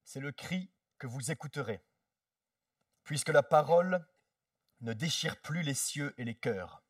c'est le cri que vous écouterez, puisque la parole ne déchire plus les cieux et les cœurs.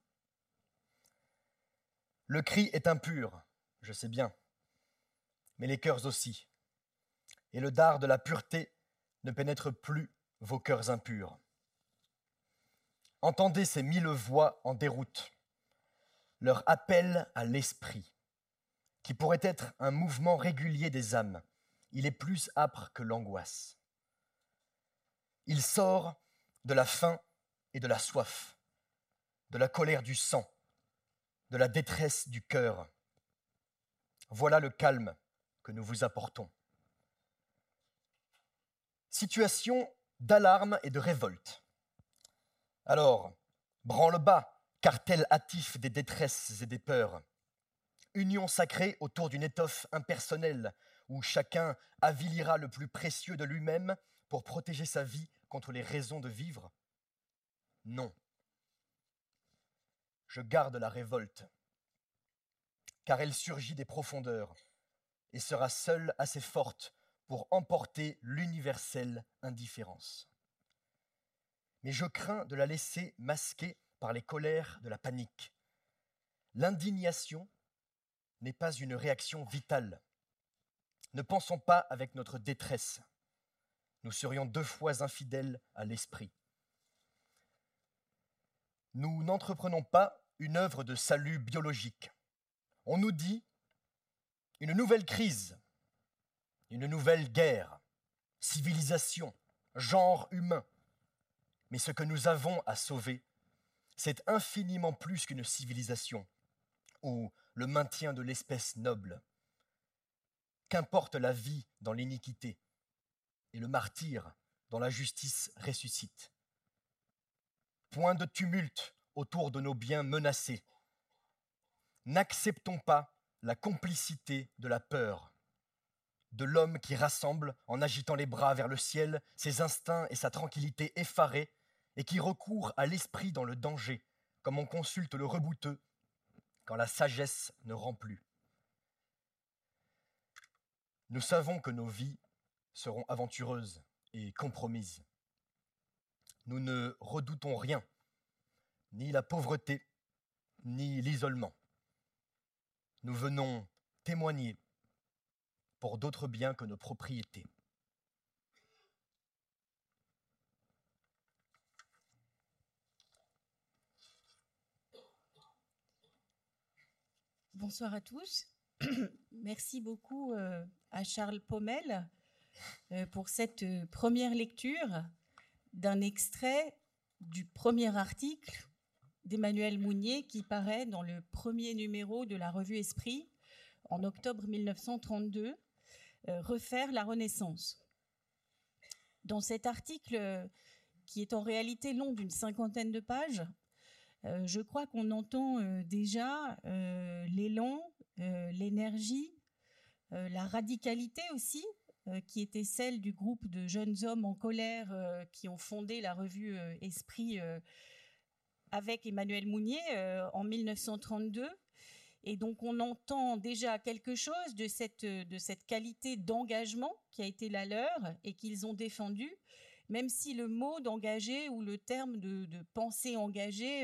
Le cri est impur, je sais bien, mais les cœurs aussi. Et le dard de la pureté ne pénètre plus vos cœurs impurs. Entendez ces 1000 voix en déroute, leur appel à l'esprit, qui pourrait être un mouvement régulier des âmes. Il est plus âpre que l'angoisse. Il sort de la faim et de la soif, de la colère du sang, de la détresse du cœur. Voilà le calme que nous vous apportons. Situation d'alarme et de révolte. Alors, branle-bas, cartel hâtif des détresses et des peurs. Union sacrée autour d'une étoffe impersonnelle où chacun avilira le plus précieux de lui-même pour protéger sa vie contre les raisons de vivre? Non. Je garde la révolte, car elle surgit des profondeurs et sera seule assez forte pour emporter l'universelle indifférence. Mais je crains de la laisser masquer par les colères de la panique. L'indignation n'est pas une réaction vitale. Ne pensons pas avec notre détresse. Nous serions 2 fois infidèles à l'esprit. Nous n'entreprenons pas une œuvre de salut biologique. On nous dit une nouvelle crise, une nouvelle guerre, civilisation, genre humain. Mais ce que nous avons à sauver, c'est infiniment plus qu'une civilisation ou le maintien de l'espèce noble. Qu'importe la vie dans l'iniquité et le martyre dans la justice ressuscite. Point de tumulte autour de nos biens menacés. N'acceptons pas la complicité de la peur, de l'homme qui rassemble en agitant les bras vers le ciel ses instincts et sa tranquillité effarée et qui recourt à l'esprit dans le danger, comme on consulte le rebouteux quand la sagesse ne rend plus. Nous savons que nos vies seront aventureuses et compromises. Nous ne redoutons rien, ni la pauvreté, ni l'isolement. Nous venons témoigner pour d'autres biens que nos propriétés. Bonsoir à tous. Merci beaucoup à Charles Paumel pour cette première lecture d'un extrait du premier article d'Emmanuel Mounier qui paraît dans le premier numéro de la revue Esprit en octobre 1932, Refaire la Renaissance. Dans cet article, qui est en réalité long d'une 50aine de pages, je crois qu'on entend déjà l'élan, l'énergie, la radicalité aussi, qui était celle du groupe de jeunes hommes en colère qui ont fondé la revue Esprit avec Emmanuel Mounier en 1932. Et donc on entend déjà quelque chose de cette qualité d'engagement qui a été la leur et qu'ils ont défendue, même si le mot d'engagé ou le terme de pensée engagée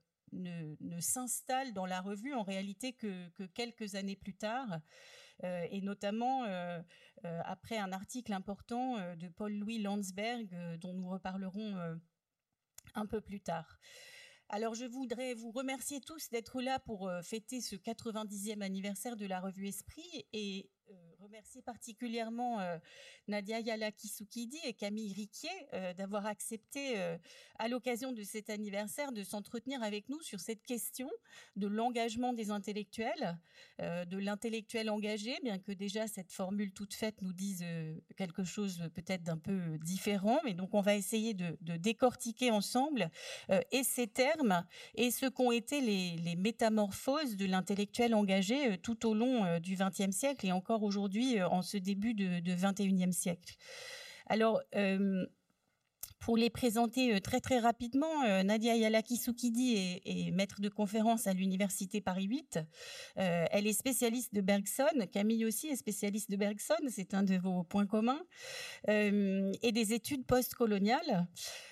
ne s'installe dans la revue en réalité que quelques années plus tard, et notamment après un article important de Paul-Louis Landsberg dont nous reparlerons un peu plus tard. Alors je voudrais vous remercier tous d'être là pour fêter ce 90e anniversaire de la revue Esprit et remercier particulièrement Nadia Yala-Kisukidi et Camille Riquier d'avoir accepté à l'occasion de cet anniversaire de s'entretenir avec nous sur cette question de l'engagement des intellectuels, de l'intellectuel engagé, bien que déjà cette formule toute faite nous dise quelque chose peut-être d'un peu différent, mais donc on va essayer de décortiquer ensemble et ces termes et ce qu'ont été les métamorphoses de l'intellectuel engagé tout au long du XXe siècle et encore aujourd'hui en ce début de XXIe siècle. Alors, Pour les présenter très très rapidement, Nadia Yalaki-Soukidi est maître de conférence à l'Université Paris 8. Elle est spécialiste de Bergson. Camille aussi est spécialiste de Bergson, c'est un de vos points communs. Et des études postcoloniales.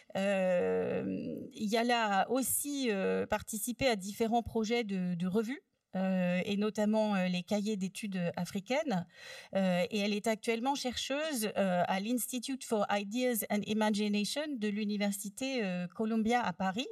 Yala a aussi participé à différents projets de revues. Et notamment les cahiers d'études africaines. Et elle est actuellement chercheuse à l'Institute for Ideas and Imagination de l'Université Columbia à Paris.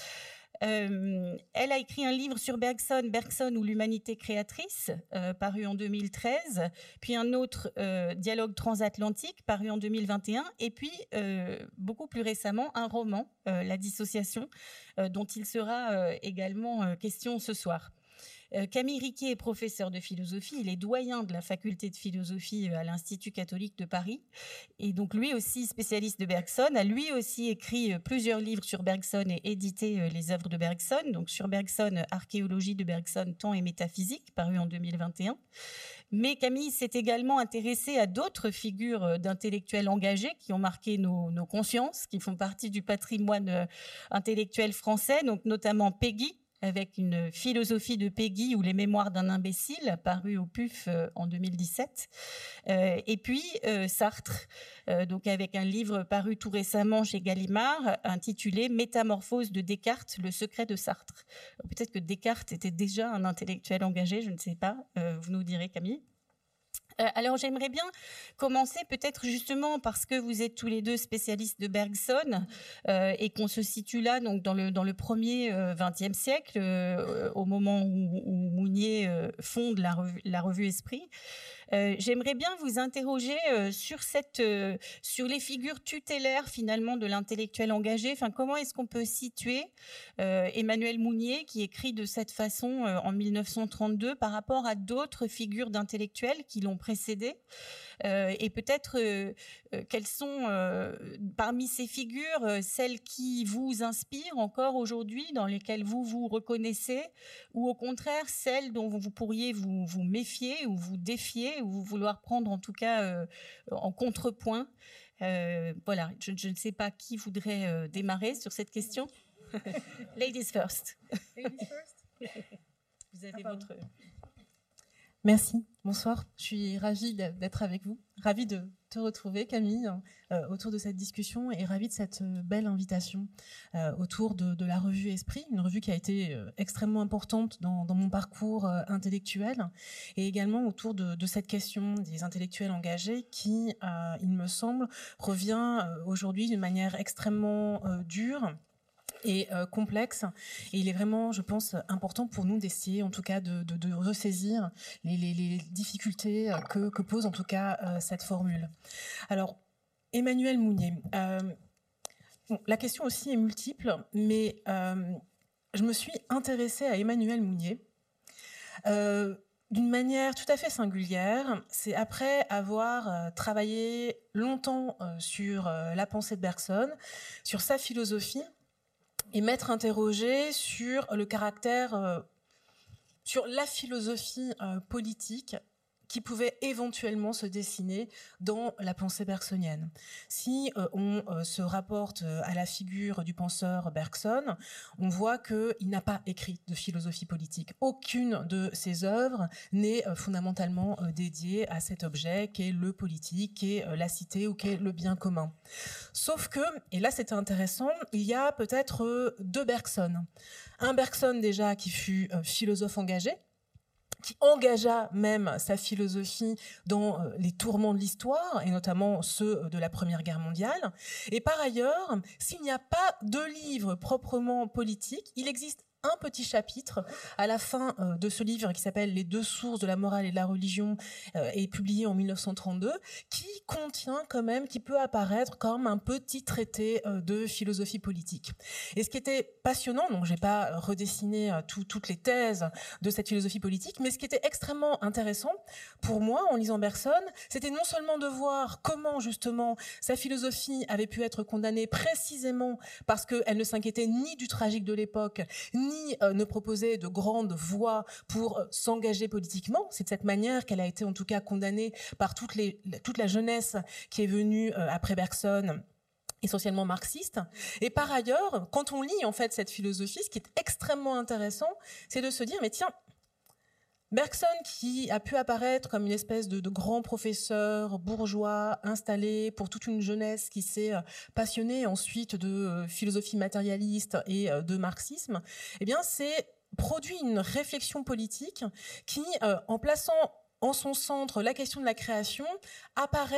Elle a écrit un livre sur Bergson ou l'humanité créatrice, paru en 2013, puis un autre, Dialogue transatlantique, paru en 2021, et puis, beaucoup plus récemment, un roman, La dissociation, dont il sera également question ce soir. Camille Riquet est professeur de philosophie, il est doyen de la faculté de philosophie à l'Institut catholique de Paris, et donc lui aussi spécialiste de Bergson, a lui aussi écrit plusieurs livres sur Bergson et édité les œuvres de Bergson, donc sur Bergson, Archéologie de Bergson, temps et métaphysique, paru en 2021. Mais Camille s'est également intéressée à d'autres figures d'intellectuels engagés qui ont marqué nos consciences, qui font partie du patrimoine intellectuel français, donc notamment Péguy, avec une philosophie de Péguy ou les mémoires d'un imbécile, paru au PUF en 2017. Et puis Sartre, donc avec un livre paru tout récemment chez Gallimard, intitulé Métamorphose de Descartes, le secret de Sartre. Peut-être que Descartes était déjà un intellectuel engagé, je ne sais pas, vous nous direz Camille. Alors j'aimerais bien commencer peut-être justement parce que vous êtes tous les deux spécialistes de Bergson et qu'on se situe là donc dans le premier XXe siècle au moment où Mounier fonde la revue Esprit. J'aimerais bien vous interroger sur les figures tutélaires finalement de l'intellectuel engagé. Enfin, comment est-ce qu'on peut situer Emmanuel Mounier qui écrit de cette façon en 1932 par rapport à d'autres figures d'intellectuels qui l'ont précédé et peut-être quelles sont parmi ces figures celles qui vous inspirent encore aujourd'hui, dans lesquelles vous vous reconnaissez, ou au contraire celles dont vous pourriez vous méfier ou vous défier ou vouloir prendre en tout cas en contrepoint. Voilà, je ne sais pas qui voudrait démarrer sur cette question. Ladies first. Ladies first. Vous avez votre... Merci, bonsoir. Je suis ravie d'être avec vous, ravie de te retrouver Camille autour de cette discussion et ravie de cette belle invitation autour de la revue Esprit, une revue qui a été extrêmement importante dans mon parcours intellectuel et également autour de cette question des intellectuels engagés qui, il me semble, revient aujourd'hui d'une manière extrêmement dure et complexe. Et il est vraiment, je pense, important pour nous d'essayer, en tout cas, de ressaisir les difficultés que pose, en tout cas, cette formule. Alors, Emmanuel Mounier. Bon, la question aussi est multiple, mais je me suis intéressée à Emmanuel Mounier d'une manière tout à fait singulière. C'est après avoir travaillé longtemps sur la pensée de Bergson, sur sa philosophie, et m'être interrogée sur le caractère, sur la philosophie politique qui pouvait éventuellement se dessiner dans la pensée bergsonienne. Si on se rapporte à la figure du penseur Bergson, on voit qu'il n'a pas écrit de philosophie politique. Aucune de ses œuvres n'est fondamentalement dédiée à cet objet qu'est le politique, qu'est la cité ou qu'est le bien commun. Sauf que, et là c'était intéressant, il y a peut-être deux Bergson. Un Bergson déjà qui fut philosophe engagé, qui engagea même sa philosophie dans les tourments de l'histoire, et notamment ceux de la Première Guerre mondiale. Et par ailleurs, s'il n'y a pas de livre proprement politique, il existe un petit chapitre à la fin de ce livre qui s'appelle « Les deux sources de la morale et de la religion » et publié en 1932, qui contient quand même, qui peut apparaître comme un petit traité de philosophie politique. Et ce qui était passionnant, donc je n'ai pas redessiné toutes les thèses de cette philosophie politique, mais ce qui était extrêmement intéressant pour moi en lisant Bergson, c'était non seulement de voir comment justement sa philosophie avait pu être condamnée précisément parce qu'elle ne s'inquiétait ni du tragique de l'époque, ni ne proposait de grandes voies pour s'engager politiquement. C'est de cette manière qu'elle a été en tout cas condamnée par toute la jeunesse qui est venue après Bergson essentiellement marxiste. Et par ailleurs, quand on lit en fait cette philosophie, ce qui est extrêmement intéressant, c'est de se dire, mais tiens, Bergson, qui a pu apparaître comme une espèce de grand professeur bourgeois installé pour toute une jeunesse qui s'est passionnée ensuite de philosophie matérialiste et de marxisme, eh bien, c'est produit une réflexion politique qui, en plaçant en son centre la question de la création, apparaît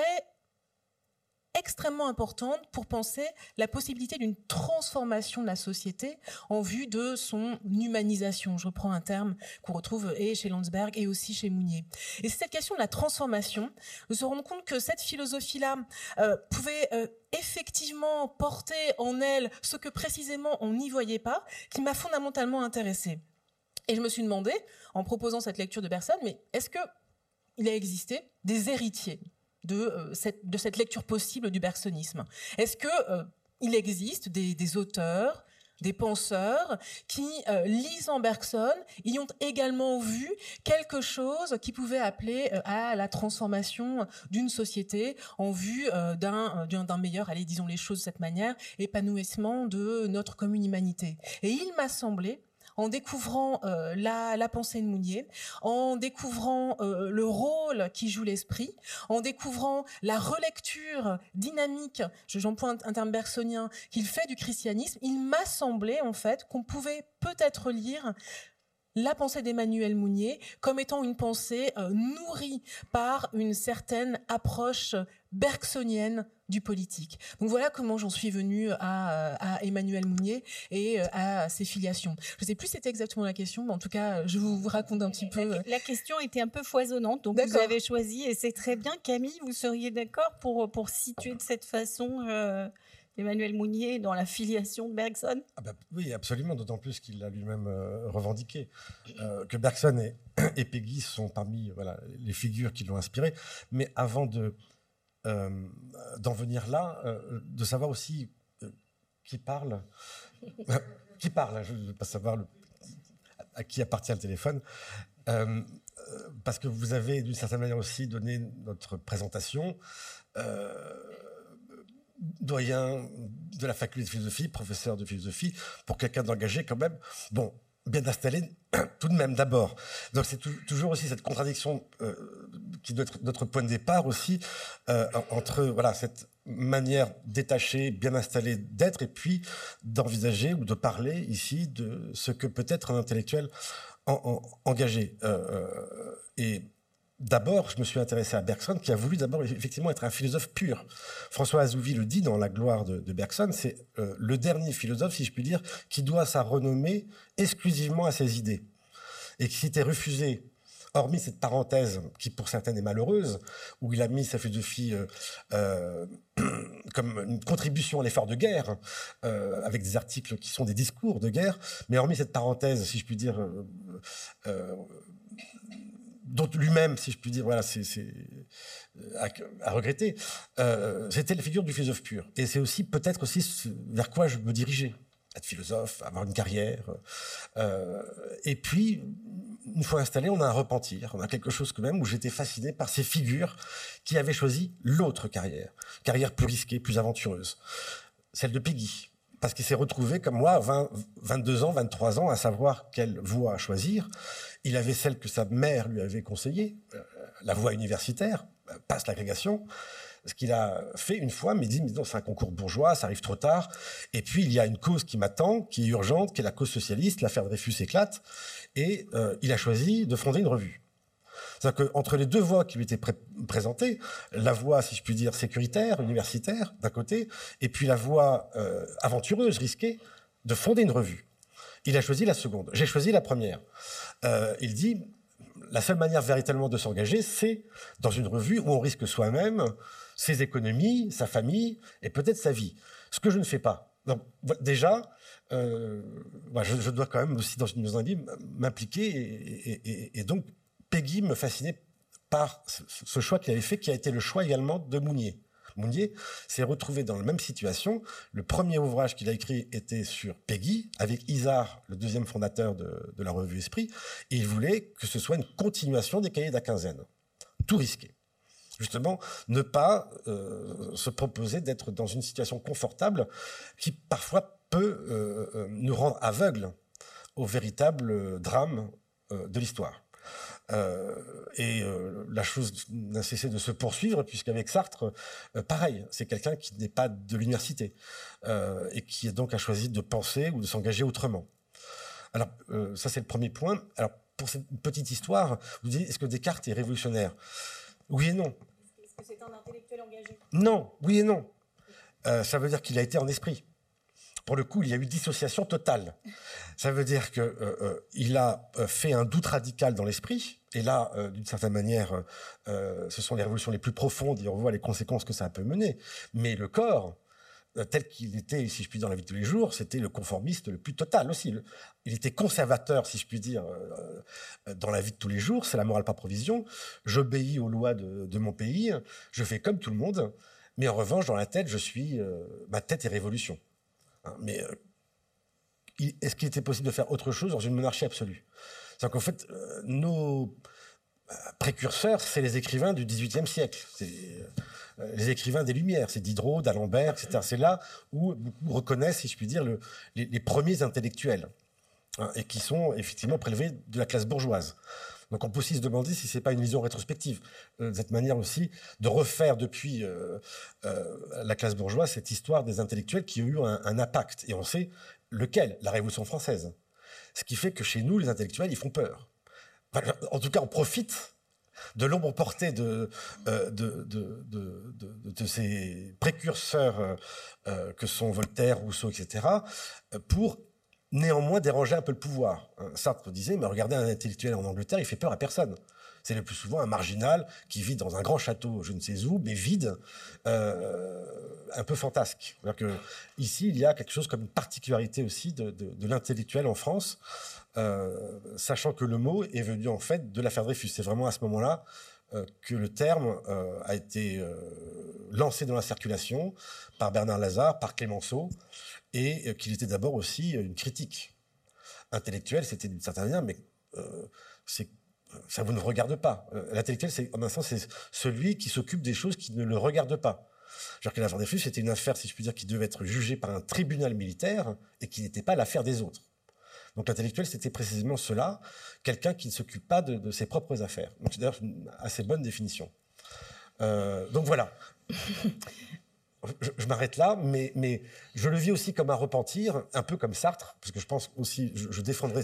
extrêmement importante pour penser la possibilité d'une transformation de la société en vue de son humanisation. Je reprends un terme qu'on retrouve et chez Landsberg et aussi chez Mounier. Et c'est cette question de la transformation, de se rendre compte que cette philosophie-là pouvait effectivement porter en elle ce que précisément on n'y voyait pas, qui m'a fondamentalement intéressée. Et je me suis demandé, en proposant cette lecture de Bergson, mais est-ce qu'il a existé des héritiers de cette lecture possible du bergsonisme? Est-ce qu'il existe des auteurs, des penseurs qui, lisant Bergson, y ont également vu quelque chose qui pouvait appeler à la transformation d'une société en vue d'un meilleur, allez, disons les choses de cette manière, épanouissement de notre commune humanité. Et il m'a semblé, en découvrant la pensée de Mounier, en découvrant le rôle qui joue l'esprit, en découvrant la relecture dynamique, j'emploie un terme bergsonien, qu'il fait du christianisme, il m'a semblé en fait qu'on pouvait peut-être lire la pensée d'Emmanuel Mounier comme étant une pensée nourrie par une certaine approche bergsonienne du politique. Donc voilà comment j'en suis venue à Emmanuel Mounier et à ses filiations. Je ne sais plus si c'était exactement la question, mais en tout cas, je vous raconte un petit peu. La question était un peu foisonnante, donc vous avez choisi, et c'est très bien. Camille, vous seriez d'accord pour situer de cette façon Emmanuel Mounier dans la filiation de Bergson? Oui, absolument, d'autant plus qu'il l'a lui-même revendiqué. Que Bergson et Péguy sont parmi les figures qui l'ont inspiré. Mais avant d'en venir là, de savoir aussi qui parle. Qui parle, je ne veux pas savoir à qui appartient le téléphone. Parce que vous avez d'une certaine manière aussi donné notre présentation. Doyen de la faculté de philosophie, professeur de philosophie, pour quelqu'un d'engagé quand même, bien installé tout de même d'abord. Donc c'est toujours aussi cette contradiction qui doit être notre point de départ aussi, entre cette manière détachée, bien installée d'être, et puis d'envisager ou de parler ici de ce que peut être un intellectuel engagé. Et d'abord, je me suis intéressé à Bergson, qui a voulu d'abord effectivement être un philosophe pur. François Azouvy le dit dans La gloire de Bergson, c'est le dernier philosophe, si je puis dire, qui doit sa renommée exclusivement à ses idées. Et qui s'était refusé, hormis cette parenthèse qui pour certaines est malheureuse, où il a mis sa philosophie comme une contribution à l'effort de guerre, avec des articles qui sont des discours de guerre, mais hormis cette parenthèse, si je puis dire, dont lui-même, si je puis dire, c'est à regretter, c'était la figure du philosophe pur. Et c'est aussi peut-être aussi vers quoi je me dirigeais. Être philosophe, avoir une carrière. Et puis, une fois installé, on a un repentir. On a quelque chose quand même où j'étais fasciné par ces figures qui avaient choisi l'autre carrière. Carrière plus risquée, plus aventureuse. Celle de Péguy. Parce qu'il s'est retrouvé, comme moi, 22 ans, 23 ans, à savoir quelle voie choisir. Il avait celle que sa mère lui avait conseillée, la voie universitaire, passe l'agrégation. Ce qu'il a fait une fois, mais il dit, non, c'est un concours bourgeois, ça arrive trop tard. Et puis, il y a une cause qui m'attend, qui est urgente, qui est la cause socialiste. L'affaire Dreyfus éclate. Et il a choisi de fonder une revue. C'est-à-dire qu'entre les deux voies qui lui étaient présentées, la voie, si je puis dire, sécuritaire, universitaire, d'un côté, et puis la voie aventureuse, risquée, de fonder une revue. Il a choisi la seconde. J'ai choisi la première. Il dit, la seule manière véritablement de s'engager, c'est dans une revue où on risque soi-même ses économies, sa famille et peut-être sa vie. Ce que je ne fais pas. Donc, déjà, je dois quand même aussi, dans un livre, m'impliquer et donc, Péguy me fascinait par ce choix qu'il avait fait, qui a été le choix également de Mounier. Mounier s'est retrouvé dans la même situation. Le premier ouvrage qu'il a écrit était sur Péguy, avec Isard, le deuxième fondateur de la revue Esprit, et il voulait que ce soit une continuation des cahiers de la quinzaine. Tout risqué. Justement, ne pas se proposer d'être dans une situation confortable qui parfois peut nous rendre aveugles au véritable drame de l'histoire. La chose n'a cessé de se poursuivre, puisqu'avec Sartre, pareil, c'est quelqu'un qui n'est pas de l'université et qui donc a choisi de penser ou de s'engager autrement. Alors, ça c'est le premier point. Alors, pour cette petite histoire, vous dites, est-ce que Descartes est révolutionnaire ? Oui et non. Est-ce que c'est un intellectuel engagé ? Non, oui et non. Ça veut dire qu'il a été en esprit. Pour le coup, il y a eu dissociation totale. Ça veut dire qu'il a fait un doute radical dans l'esprit. Et là, d'une certaine manière, ce sont les révolutions les plus profondes et on voit les conséquences que ça peut mener. Mais le corps, tel qu'il était, si je puis dire, dans la vie de tous les jours, c'était le conformiste le plus total aussi. Il était conservateur, si je puis dire, dans la vie de tous les jours. C'est la morale par provision. J'obéis aux lois de mon pays. Je fais comme tout le monde. Mais en revanche, dans la tête, ma tête est révolution. Mais est-ce qu'il était possible de faire autre chose dans une monarchie absolue ? C'est-à-dire qu'en fait, nos précurseurs, c'est les écrivains du XVIIIe siècle. C'est les écrivains des Lumières, c'est Diderot, d'Alembert, etc. C'est là où beaucoup reconnaissent, si je puis dire, les premiers intellectuels, et qui sont effectivement prélevés de la classe bourgeoise. Donc on peut aussi se demander si c'est pas une vision rétrospective, de cette manière aussi de refaire depuis la classe bourgeoise cette histoire des intellectuels qui ont eu un impact. Et on sait lequel, la Révolution française. Ce qui fait que chez nous, les intellectuels, ils font peur. Enfin, en tout cas, on profite de l'ombre portée de ces précurseurs que sont Voltaire, Rousseau, etc., pour néanmoins déranger un peu le pouvoir. Sartre disait, mais regardez un intellectuel en Angleterre, il fait peur à personne. C'est le plus souvent un marginal qui vit dans un grand château, je ne sais où, mais vide, un peu fantasque. C'est-à-dire que ici, il y a quelque chose comme une particularité aussi de l'intellectuel en France, sachant que le mot est venu en fait de l'affaire Dreyfus. C'est vraiment à ce moment-là que le terme a été lancé dans la circulation par Bernard Lazare, par Clémenceau, et qu'il était d'abord aussi une critique intellectuelle, c'était d'une certaine manière, mais ça vous ne regarde pas. L'intellectuel, en un sens, c'est celui qui s'occupe des choses qui ne le regardent pas. C'est-à-dire que l'affaire Dreyfus, c'était une affaire, si je puis dire, qui devait être jugée par un tribunal militaire et qui n'était pas l'affaire des autres. Donc l'intellectuel, c'était précisément cela, quelqu'un qui ne s'occupe pas de ses propres affaires. Donc c'est d'ailleurs une assez bonne définition. Donc voilà. Je m'arrête là, mais je le vis aussi comme un repentir, un peu comme Sartre, parce que je pense aussi, je défendrai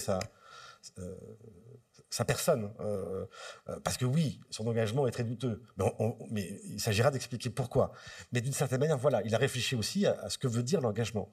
sa personne, parce que oui, son engagement est très douteux, mais il s'agira d'expliquer pourquoi. Mais d'une certaine manière, voilà, il a réfléchi aussi à ce que veut dire l'engagement.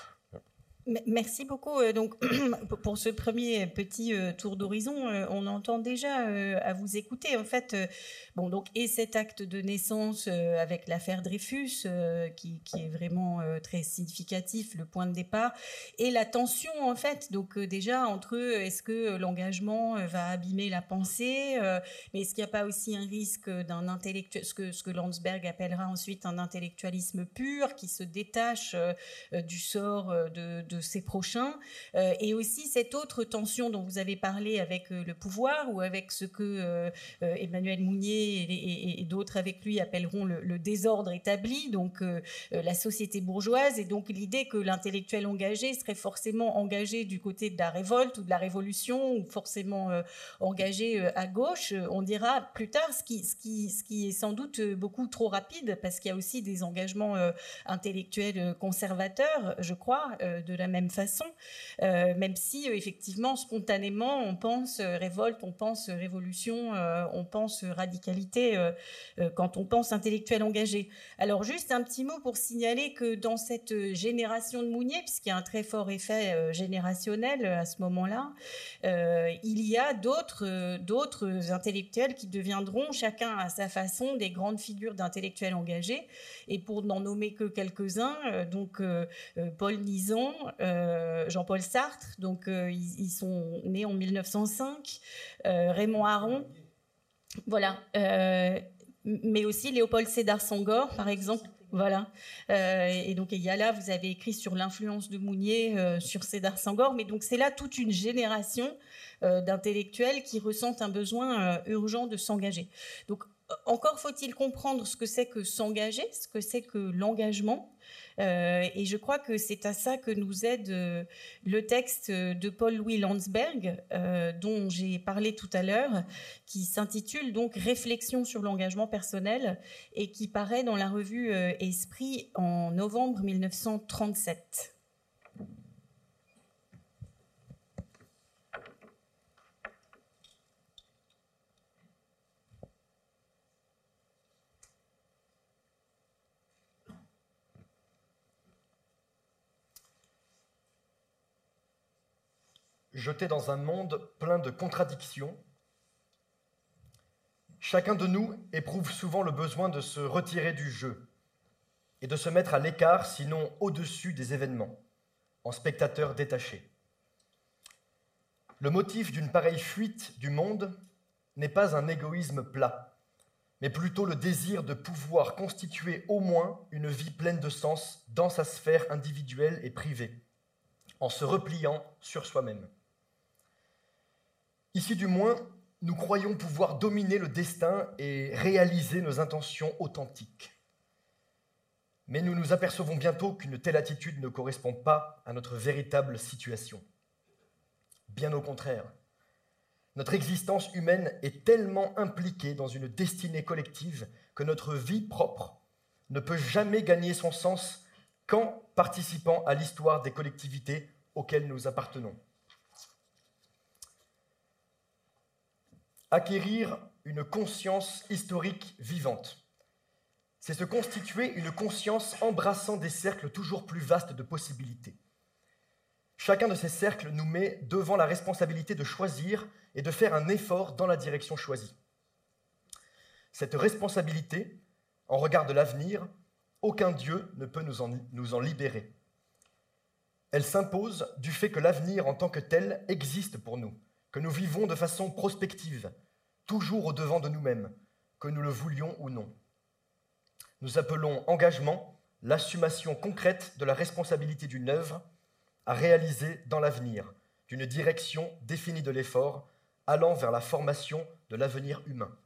Merci beaucoup. Donc, pour ce premier petit tour d'horizon, on entend déjà à vous écouter. En fait, donc, et cet acte de naissance avec l'affaire Dreyfus, qui est vraiment très significatif, le point de départ, et la tension, en fait, donc déjà entre est-ce que l'engagement va abîmer la pensée, mais est-ce qu'il n'y a pas aussi un risque d'un intellectuel, ce que Landsberg appellera ensuite un intellectualisme pur, qui se détache du sort de ses prochains, et aussi cette autre tension dont vous avez parlé avec le pouvoir, ou avec ce que Emmanuel Mounier et d'autres avec lui appelleront le désordre établi, donc la société bourgeoise, et donc l'idée que l'intellectuel engagé serait forcément engagé du côté de la révolte ou de la révolution, ou forcément engagé à gauche. On dira plus tard, ce qui est sans doute beaucoup trop rapide, parce qu'il y a aussi des engagements intellectuels conservateurs, je crois, de la même façon, même si effectivement spontanément on pense révolte, on pense révolution, on pense radicalité quand on pense intellectuel engagé. Alors juste un petit mot pour signaler que dans cette génération de Mounier, puisqu'il y a un très fort effet générationnel à ce moment-là, il y a d'autres intellectuels qui deviendront chacun à sa façon des grandes figures d'intellectuels engagés, et pour n'en nommer que quelques-uns, donc Paul Nizan, Jean-Paul Sartre, donc ils sont nés en 1905, Raymond Aron, voilà, mais aussi Léopold Sédar Senghor, par exemple. Voilà. Et donc, il y a là, vous avez écrit sur l'influence de Mounier sur Sédar Senghor, mais donc c'est là toute une génération d'intellectuels qui ressentent un besoin urgent de s'engager. Donc, encore faut-il comprendre ce que c'est que s'engager, ce que c'est que l'engagement. Et je crois que c'est à ça que nous aide le texte de Paul-Louis Landsberg, dont j'ai parlé tout à l'heure, qui s'intitule donc « Réflexion sur l'engagement personnel » et qui paraît dans la revue Esprit en novembre 1937. Jeté dans un monde plein de contradictions, chacun de nous éprouve souvent le besoin de se retirer du jeu et de se mettre à l'écart, sinon au-dessus des événements, en spectateur détaché. Le motif d'une pareille fuite du monde n'est pas un égoïsme plat, mais plutôt le désir de pouvoir constituer au moins une vie pleine de sens dans sa sphère individuelle et privée, en se repliant sur soi-même. Ici, du moins, nous croyons pouvoir dominer le destin et réaliser nos intentions authentiques. Mais nous nous apercevons bientôt qu'une telle attitude ne correspond pas à notre véritable situation. Bien au contraire, notre existence humaine est tellement impliquée dans une destinée collective que notre vie propre ne peut jamais gagner son sens qu'en participant à l'histoire des collectivités auxquelles nous appartenons. Acquérir une conscience historique vivante, c'est se constituer une conscience embrassant des cercles toujours plus vastes de possibilités. Chacun de ces cercles nous met devant la responsabilité de choisir et de faire un effort dans la direction choisie. Cette responsabilité, en regard de l'avenir, aucun Dieu ne peut nous en libérer. Elle s'impose du fait que l'avenir en tant que tel existe pour nous, que nous vivons de façon prospective, toujours au-devant de nous-mêmes, que nous le voulions ou non. Nous appelons engagement l'assumation concrète de la responsabilité d'une œuvre à réaliser dans l'avenir, d'une direction définie de l'effort, allant vers la formation de l'avenir humain.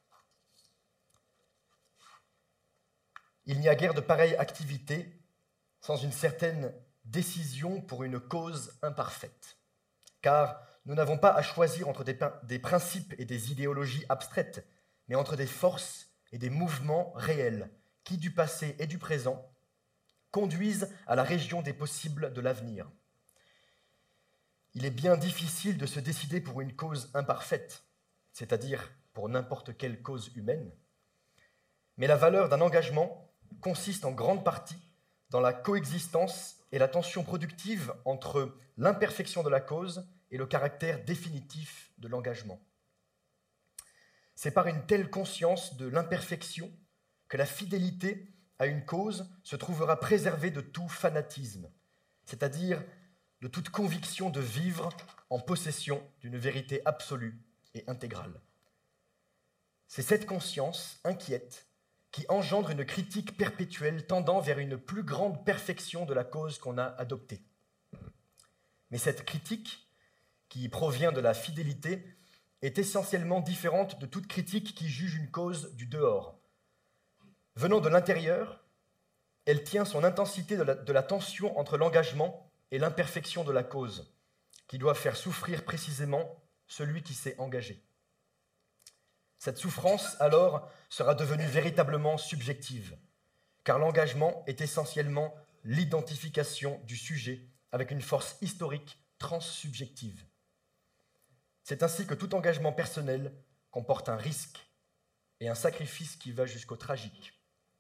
Il n'y a guère de pareille activité sans une certaine décision pour une cause imparfaite, car nous n'avons pas à choisir entre des principes et des idéologies abstraites, mais entre des forces et des mouvements réels qui, du passé et du présent, conduisent à la région des possibles de l'avenir. Il est bien difficile de se décider pour une cause imparfaite, c'est-à-dire pour n'importe quelle cause humaine, mais la valeur d'un engagement consiste en grande partie dans la coexistence et la tension productive entre l'imperfection de la cause et le caractère définitif de l'engagement. C'est par une telle conscience de l'imperfection que la fidélité à une cause se trouvera préservée de tout fanatisme, c'est-à-dire de toute conviction de vivre en possession d'une vérité absolue et intégrale. C'est cette conscience inquiète qui engendre une critique perpétuelle tendant vers une plus grande perfection de la cause qu'on a adoptée. Mais cette critique, qui provient de la fidélité, est essentiellement différente de toute critique qui juge une cause du dehors. Venant de l'intérieur, elle tient son intensité de la tension entre l'engagement et l'imperfection de la cause, qui doit faire souffrir précisément celui qui s'est engagé. Cette souffrance, alors, sera devenue véritablement subjective, car l'engagement est essentiellement l'identification du sujet avec une force historique transsubjective. C'est ainsi que tout engagement personnel comporte un risque et un sacrifice qui va jusqu'au tragique.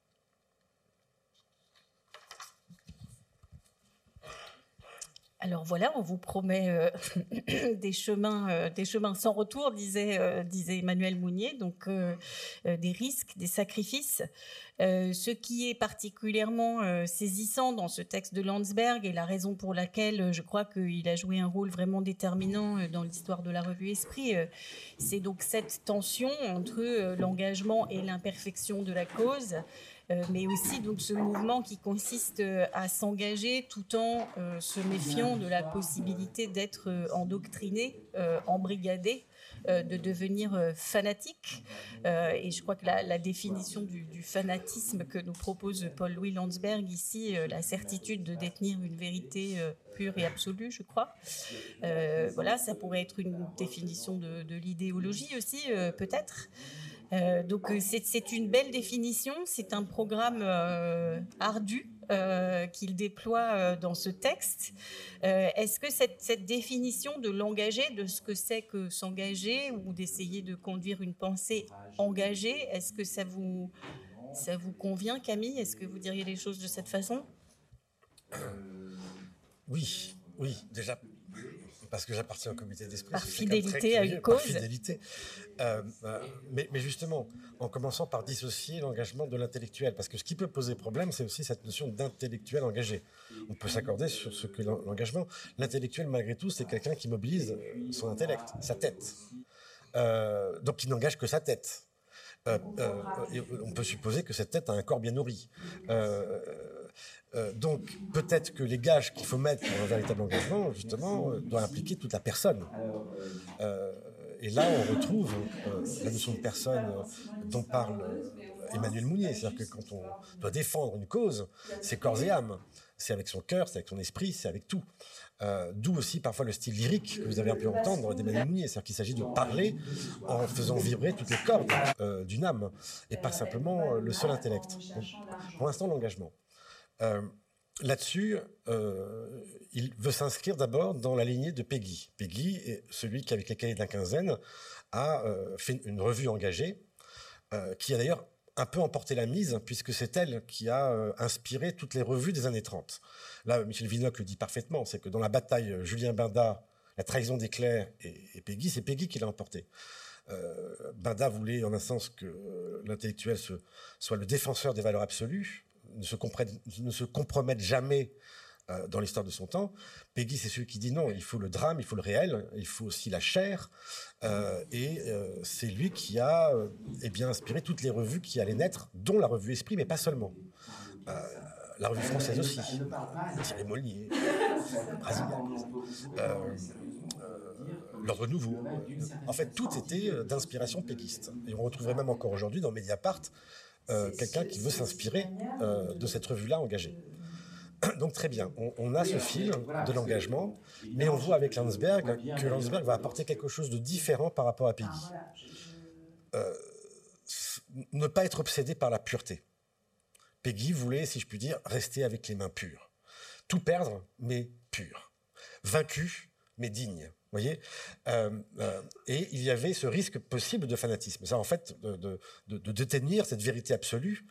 Alors voilà, on vous promet des chemins sans retour, disait Emmanuel Mounier, donc des risques, des sacrifices. Ce qui est particulièrement saisissant dans ce texte de Landsberg et la raison pour laquelle je crois qu'il a joué un rôle vraiment déterminant dans l'histoire de la revue Esprit, c'est donc cette tension entre l'engagement et l'imperfection de la cause, mais aussi donc ce mouvement qui consiste à s'engager tout en se méfiant de la possibilité d'être endoctriné, embrigadé de devenir fanatique. Et je crois que la définition du fanatisme que nous propose Paul-Louis Landsberg ici, la certitude de détenir une vérité pure et absolue, je crois. Voilà, ça pourrait être une définition de l'idéologie aussi, peut-être. Donc c'est une belle définition, c'est un programme ardu qu'il déploie dans ce texte. Est-ce que cette définition de l'engagé, de ce que c'est que s'engager ou d'essayer de conduire une pensée engagée, est-ce que ça vous convient, Camille? Est-ce que vous diriez les choses de cette façon? Oui, déjà parce que j'appartiens au comité d'esprit. Par fidélité à une cause. Par fidélité. Mais justement, en commençant par dissocier l'engagement de l'intellectuel, parce que ce qui peut poser problème, c'est aussi cette notion d'intellectuel engagé. On peut s'accorder sur ce que l'engagement. L'intellectuel, malgré tout, c'est quelqu'un qui mobilise son intellect, sa tête. Donc, il n'engage que sa tête. On peut supposer que cette tête a un corps bien nourri. Donc, peut-être que les gages qu'il faut mettre pour un véritable engagement, justement, doivent impliquer toute la personne. Et là, on retrouve la notion de personne dont parle Emmanuel Mounier. C'est-à-dire que quand on doit défendre une cause, c'est corps et âme. C'est avec son cœur, c'est avec son esprit, c'est avec tout. D'où aussi parfois le style lyrique que vous avez un peu entendre d'Emmanuel Mounier. C'est-à-dire qu'il s'agit de parler en faisant vibrer toutes les cordes d'une âme et pas simplement le seul intellect. Donc, pour l'instant, l'engagement. Là-dessus, il veut s'inscrire d'abord dans la lignée de Peggy. Peggy est celui qui, avec les cahiers de la quinzaine, a fait une revue engagée, qui a d'ailleurs un peu emporté la mise, puisque c'est elle qui a inspiré toutes les revues des années 30. Là, Michel Vinocq le dit parfaitement, c'est que dans la bataille Julien Binda, la trahison d'Éclair et Peggy, c'est Peggy qui l'a emporté. Binda voulait, en un sens, que l'intellectuel soit le défenseur des valeurs absolues, ne se compromette jamais dans l'histoire de son temps. Peggy, c'est celui qui dit non, il faut le drame, il faut le réel, il faut aussi la chair. C'est lui qui a inspiré toutes les revues qui allaient naître, dont la revue Esprit, mais pas seulement. La revue française aussi. Thierry Molnier, Brasilia, l'Ordre Nouveau. En fait, tout était d'inspiration péguiste. Et on retrouverait même encore aujourd'hui dans Mediapart quelqu'un qui veut s'inspirer de cette revue-là engagée. Donc très bien, on a ce fil de l'engagement, mais on voit avec Landsberg que Landsberg va apporter quelque chose de différent par rapport à Peggy. Ne pas être obsédé par la pureté. Peggy voulait, si je puis dire, rester avec les mains pures. Tout perdre, mais pur. Vaincu, mais digne. Vous voyez, et il y avait ce risque possible de fanatisme. Ça, en fait, de détenir cette vérité absolue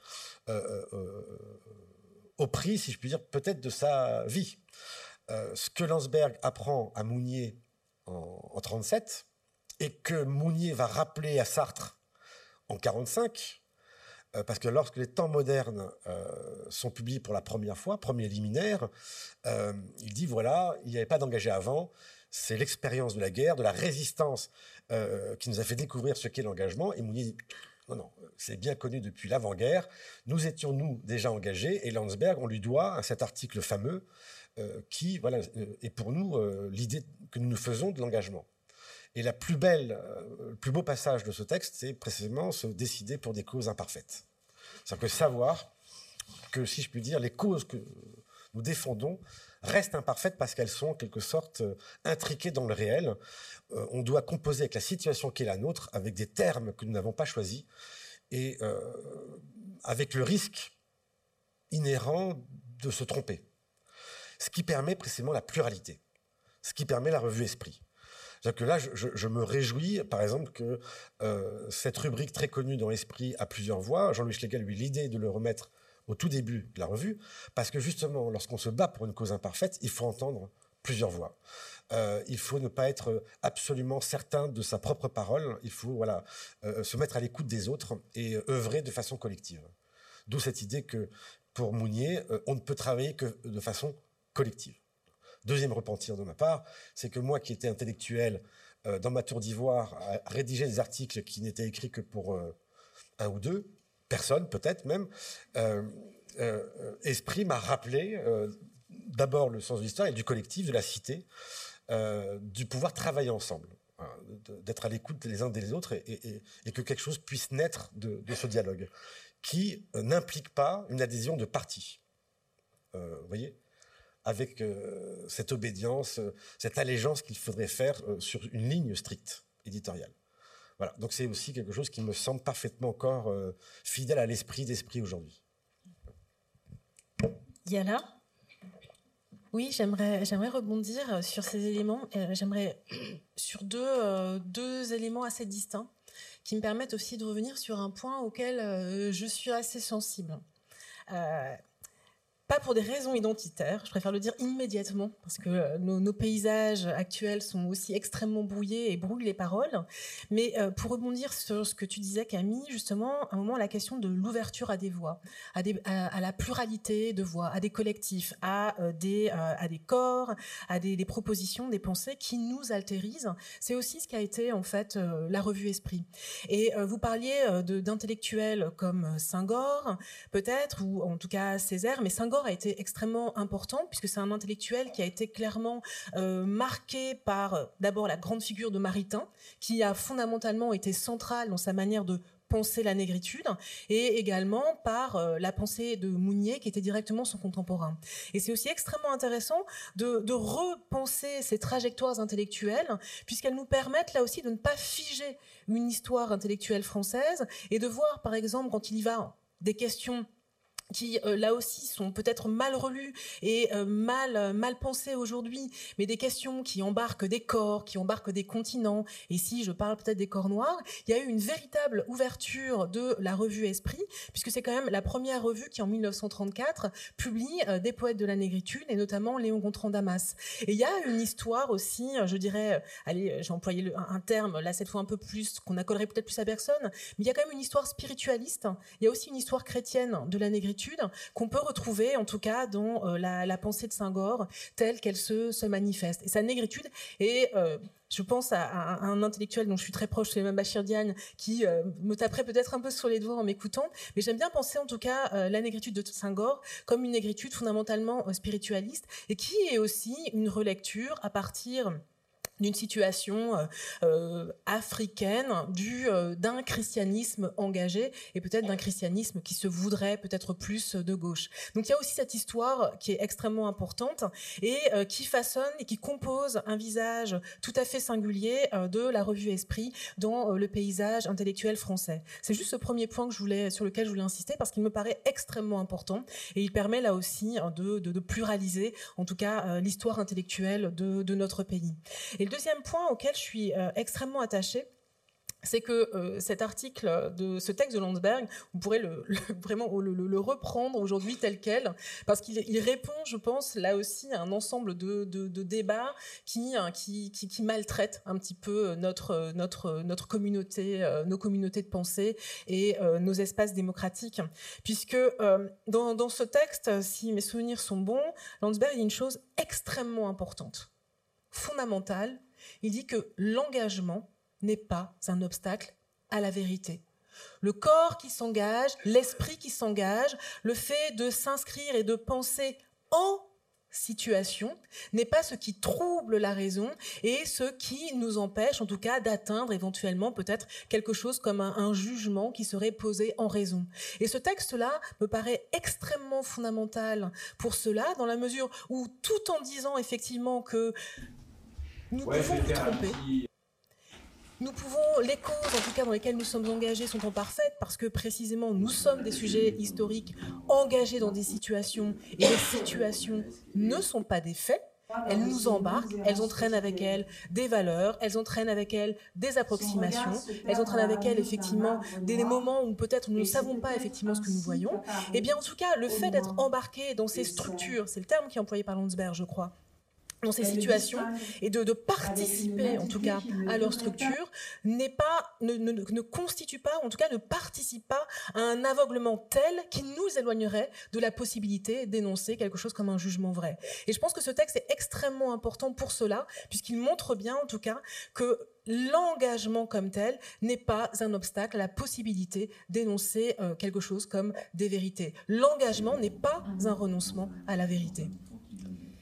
au prix, si je puis dire, peut-être de sa vie. Ce que Landsberg apprend à Mounier en 37 et que Mounier va rappeler à Sartre en 45, parce que lorsque les temps modernes sont publiés pour la première fois, premier liminaire, il dit voilà, il n'y avait pas d'engagé avant. C'est l'expérience de la guerre, de la résistance qui nous a fait découvrir ce qu'est l'engagement. Et Mounier dit non, c'est bien connu depuis l'avant-guerre. Nous étions, nous, déjà engagés. Et Landsberg, on lui doit cet article fameux qui est pour nous l'idée que nous nous faisons de l'engagement. Et le plus beau passage de ce texte, c'est précisément se décider pour des causes imparfaites. C'est-à-dire que savoir que, si je puis dire, les causes que nous défendons restent imparfaites parce qu'elles sont en quelque sorte intriquées dans le réel. On doit composer avec la situation qui est la nôtre, avec des termes que nous n'avons pas choisis, et avec le risque inhérent de se tromper. Ce qui permet précisément la pluralité, ce qui permet la revue Esprit. C'est-à-dire que là, je me réjouis, par exemple, que cette rubrique très connue dans Esprit a plusieurs voix. Jean-Louis Schlegel a eu l'idée de le remettre au tout début de la revue, parce que justement, lorsqu'on se bat pour une cause imparfaite, il faut entendre plusieurs voix. Il faut ne pas être absolument certain de sa propre parole, il faut se mettre à l'écoute des autres et œuvrer de façon collective. D'où cette idée que, pour Mounier, on ne peut travailler que de façon collective. Deuxième repentir de ma part, c'est que moi qui étais intellectuel dans ma tour d'ivoire, à rédiger des articles qui n'étaient écrits que pour un ou deux personnes, peut-être même, Esprit m'a rappelé d'abord le sens de l'histoire et du collectif, de la cité, du pouvoir travailler ensemble. d'être à l'écoute les uns des autres et que quelque chose puisse naître de ce dialogue, qui n'implique pas une adhésion de parti. Vous voyez, avec cette obédience, cette allégeance qu'il faudrait faire sur une ligne stricte éditoriale. Voilà. Donc c'est aussi quelque chose qui me semble parfaitement encore fidèle à l'esprit d'esprit aujourd'hui. Yana ? Oui, j'aimerais rebondir sur ces éléments. J'aimerais sur deux éléments assez distincts qui me permettent aussi de revenir sur un point auquel je suis assez sensible. Pas pour des raisons identitaires, je préfère le dire immédiatement, parce que nos paysages actuels sont aussi extrêmement brouillés et brouillent les paroles. Mais pour rebondir sur ce que tu disais, Camille, justement, à un moment, la question de l'ouverture à des voix, à la pluralité de voix, à des collectifs, à des corps, à des propositions, des pensées qui nous altérisent. C'est aussi ce qu'a été, en fait, la revue Esprit. Et vous parliez d'intellectuels comme Senghor, peut-être, ou en tout cas Césaire, mais Senghor a été extrêmement important puisque c'est un intellectuel qui a été clairement marqué par d'abord la grande figure de Maritain qui a fondamentalement été centrale dans sa manière de penser la négritude et également par la pensée de Mounier qui était directement son contemporain. Et c'est aussi extrêmement intéressant de repenser ces trajectoires intellectuelles puisqu'elles nous permettent là aussi de ne pas figer une histoire intellectuelle française et de voir par exemple quand il y va des questions qui là aussi sont peut-être mal relus et mal pensés aujourd'hui, mais des questions qui embarquent des corps, qui embarquent des continents. Et ici, je parle peut-être des corps noirs. Il y a eu une véritable ouverture de la revue Esprit, puisque c'est quand même la première revue qui, en 1934, publie des poètes de la négritude, et notamment Léon Gontran Damas. Et il y a une histoire aussi, je dirais, allez, j'ai employé un terme, là, cette fois un peu plus, qu'on accolerait peut-être plus à Bergson, mais il y a quand même une histoire spiritualiste. Il y a aussi une histoire chrétienne de la négritude, qu'on peut retrouver en tout cas dans la pensée de Senghor telle qu'elle se manifeste. Et sa négritude est, je pense à un intellectuel dont je suis très proche, Souleymane Bachir Diagne, qui me taperait peut-être un peu sur les doigts en m'écoutant, mais j'aime bien penser en tout cas la négritude de Senghor comme une négritude fondamentalement spiritualiste et qui est aussi une relecture à partir d'une situation africaine d'un christianisme engagé et peut-être d'un christianisme qui se voudrait peut-être plus de gauche. Donc il y a aussi cette histoire qui est extrêmement importante et qui façonne et qui compose un visage tout à fait singulier de la revue Esprit dans le paysage intellectuel français. C'est juste ce premier point sur lequel je voulais insister parce qu'il me paraît extrêmement important et il permet là aussi de pluraliser en tout cas l'histoire intellectuelle de notre pays. Et le deuxième point auquel je suis extrêmement attachée, c'est que cet article de ce texte de Landsberg, on pourrait vraiment le reprendre aujourd'hui tel quel, parce qu'il répond, je pense, là aussi à un ensemble de débats qui maltraitent un petit peu notre communauté, nos communautés de pensée et nos espaces démocratiques. Puisque dans ce texte, si mes souvenirs sont bons, Landsberg dit une chose extrêmement importante, fondamentale. Il dit que l'engagement n'est pas un obstacle à la vérité. Le corps qui s'engage, l'esprit qui s'engage, le fait de s'inscrire et de penser en situation n'est pas ce qui trouble la raison et ce qui nous empêche en tout cas d'atteindre éventuellement peut-être quelque chose comme un jugement qui serait posé en raison. Et ce texte-là me paraît extrêmement fondamental pour cela dans la mesure où tout en disant effectivement que nous pouvons nous tromper. Les causes, en tout cas, dans lesquelles nous sommes engagés sont imparfaites parce que, précisément, nous sommes des sujets historiques engagés dans des situations et les situations ne sont pas des faits. Elles nous embarquent, elles entraînent avec elles des valeurs, elles entraînent avec elles des approximations, elles entraînent avec elles, effectivement, des moments où peut-être nous ne savons pas, effectivement, ce que nous voyons. Eh bien, en tout cas, le fait d'être embarqué dans ces structures, c'est le terme qui est employé par Landsberg, je crois, dans ces situations et de participer en tout cas à leur structure ne constitue pas, en tout cas ne participe pas à un aveuglement tel qui nous éloignerait de la possibilité d'énoncer quelque chose comme un jugement vrai. Et je pense que ce texte est extrêmement important pour cela puisqu'il montre bien en tout cas que l'engagement comme tel n'est pas un obstacle à la possibilité d'énoncer quelque chose comme des vérités. L'engagement n'est pas un renoncement à la vérité.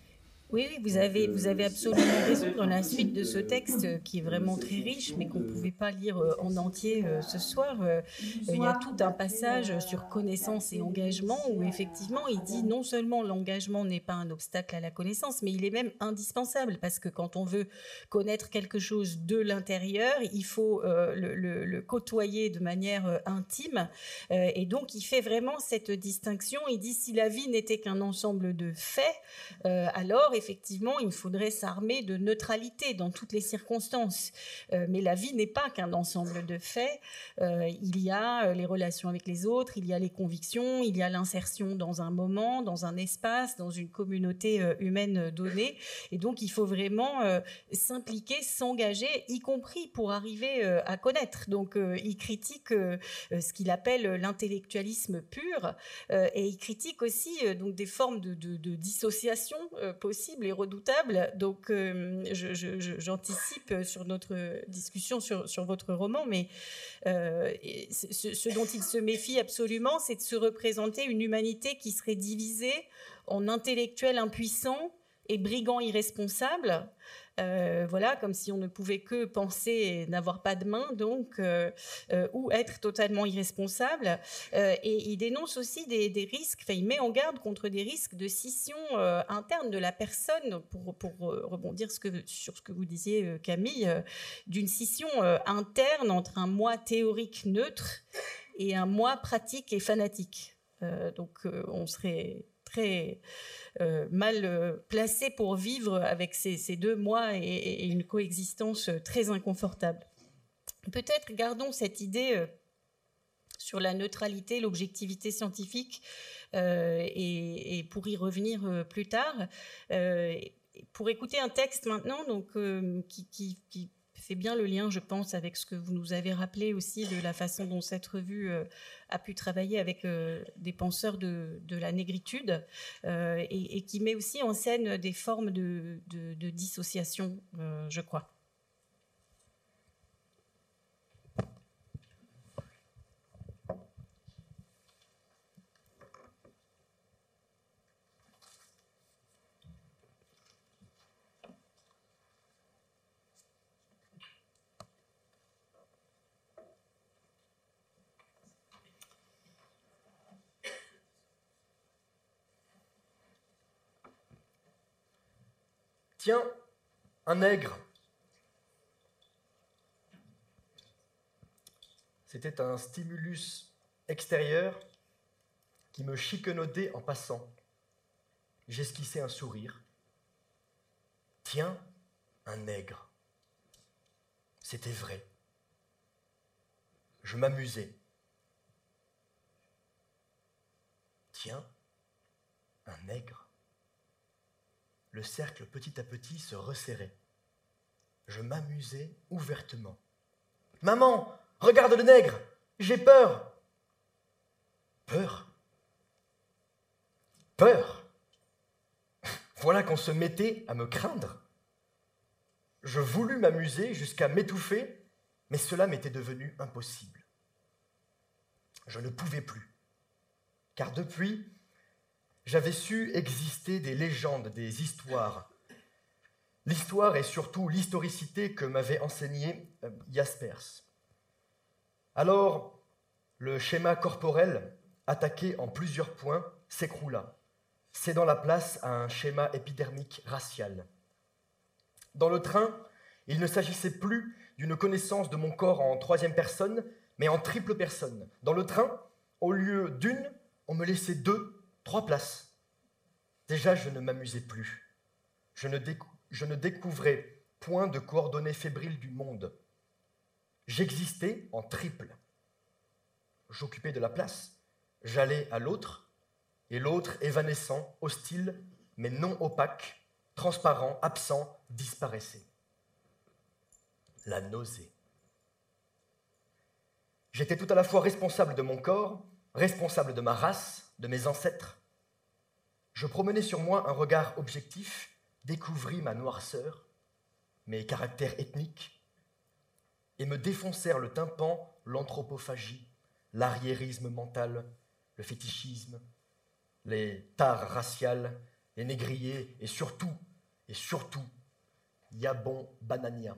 Oui, vous avez absolument raison dans la suite de ce texte qui est vraiment très riche, mais qu'on ne pouvait pas lire en entier ce soir. Il y a tout un passage sur connaissance et engagement où effectivement il dit non seulement l'engagement n'est pas un obstacle à la connaissance, mais il est même indispensable parce que quand on veut connaître quelque chose de l'intérieur, il faut le côtoyer de manière intime. Et donc il fait vraiment cette distinction. Il dit si la vie n'était qu'un ensemble de faits, alors effectivement, il faudrait s'armer de neutralité dans toutes les circonstances. Mais la vie n'est pas qu'un ensemble de faits. Il y a les relations avec les autres, il y a les convictions, il y a l'insertion dans un moment, dans un espace, dans une communauté humaine donnée. Et donc, il faut vraiment s'impliquer, s'engager, y compris pour arriver à connaître. Donc, il critique ce qu'il appelle l'intellectualisme pur et il critique aussi donc des formes de dissociation possibles et redoutable. Donc, j'anticipe sur notre discussion sur votre roman, mais ce dont il se méfie absolument, c'est de se représenter une humanité qui serait divisée en intellectuels impuissants et brigands irresponsables. Voilà, comme si on ne pouvait que penser et n'avoir pas de main, donc, ou être totalement irresponsable. Et il dénonce aussi des risques, enfin, il met en garde contre des risques de scission interne de la personne, pour rebondir sur ce que vous disiez, Camille, d'une scission interne entre un moi théorique neutre et un moi pratique et fanatique. Donc, on serait très mal placé pour vivre avec ces deux moi et une coexistence très inconfortable. Peut-être gardons cette idée sur la neutralité, l'objectivité scientifique et pour y revenir plus tard. Pour écouter un texte maintenant donc, qui fait bien le lien, je pense, avec ce que vous nous avez rappelé aussi de la façon dont cette revue a pu travailler avec des penseurs de la négritude et qui met aussi en scène des formes de dissociation, je crois. Tiens, un nègre. C'était un stimulus extérieur qui me chiquenautait en passant. J'esquissais un sourire. Tiens, un nègre. C'était vrai. Je m'amusais. Tiens, un nègre. Le cercle petit à petit se resserrait. Je m'amusais ouvertement. « Maman, regarde le nègre, j'ai peur !» Peur ? Peur ? Voilà qu'on se mettait à me craindre. Je voulus m'amuser jusqu'à m'étouffer, mais cela m'était devenu impossible. Je ne pouvais plus, car depuis, j'avais su exister des légendes, des histoires. L'histoire et surtout l'historicité que m'avait enseigné Jaspers. Alors, le schéma corporel, attaqué en plusieurs points, s'écroula, cédant la place à un schéma épidermique racial. Dans le train, il ne s'agissait plus d'une connaissance de mon corps en troisième personne, mais en triple personne. Dans le train, au lieu d'une, on me laissait 2, 3 places. Déjà, je ne m'amusais plus. Je ne découvrais point de coordonnées fébriles du monde. J'existais en triple. J'occupais de la place. J'allais à l'autre, et l'autre évanescent, hostile, mais non opaque, transparent, absent, disparaissait. La nausée. J'étais tout à la fois responsable de mon corps, responsable de ma race, de mes ancêtres. Je promenais sur moi un regard objectif, découvris ma noirceur, mes caractères ethniques, et me défoncèrent le tympan, l'anthropophagie, l'arriérisme mental, le fétichisme, les tares raciales, les négriers et surtout et surtout Yabon Banania.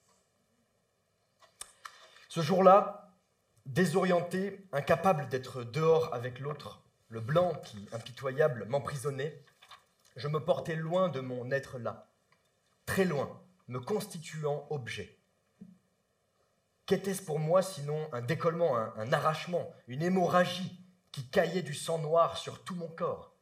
Ce jour-là, désorienté, incapable d'être dehors avec l'autre, le blanc qui, impitoyable, m'emprisonnait, je me portais loin de mon être là, très loin, me constituant objet. Qu'était-ce pour moi sinon un décollement, un arrachement, une hémorragie qui caillait du sang noir sur tout mon corps?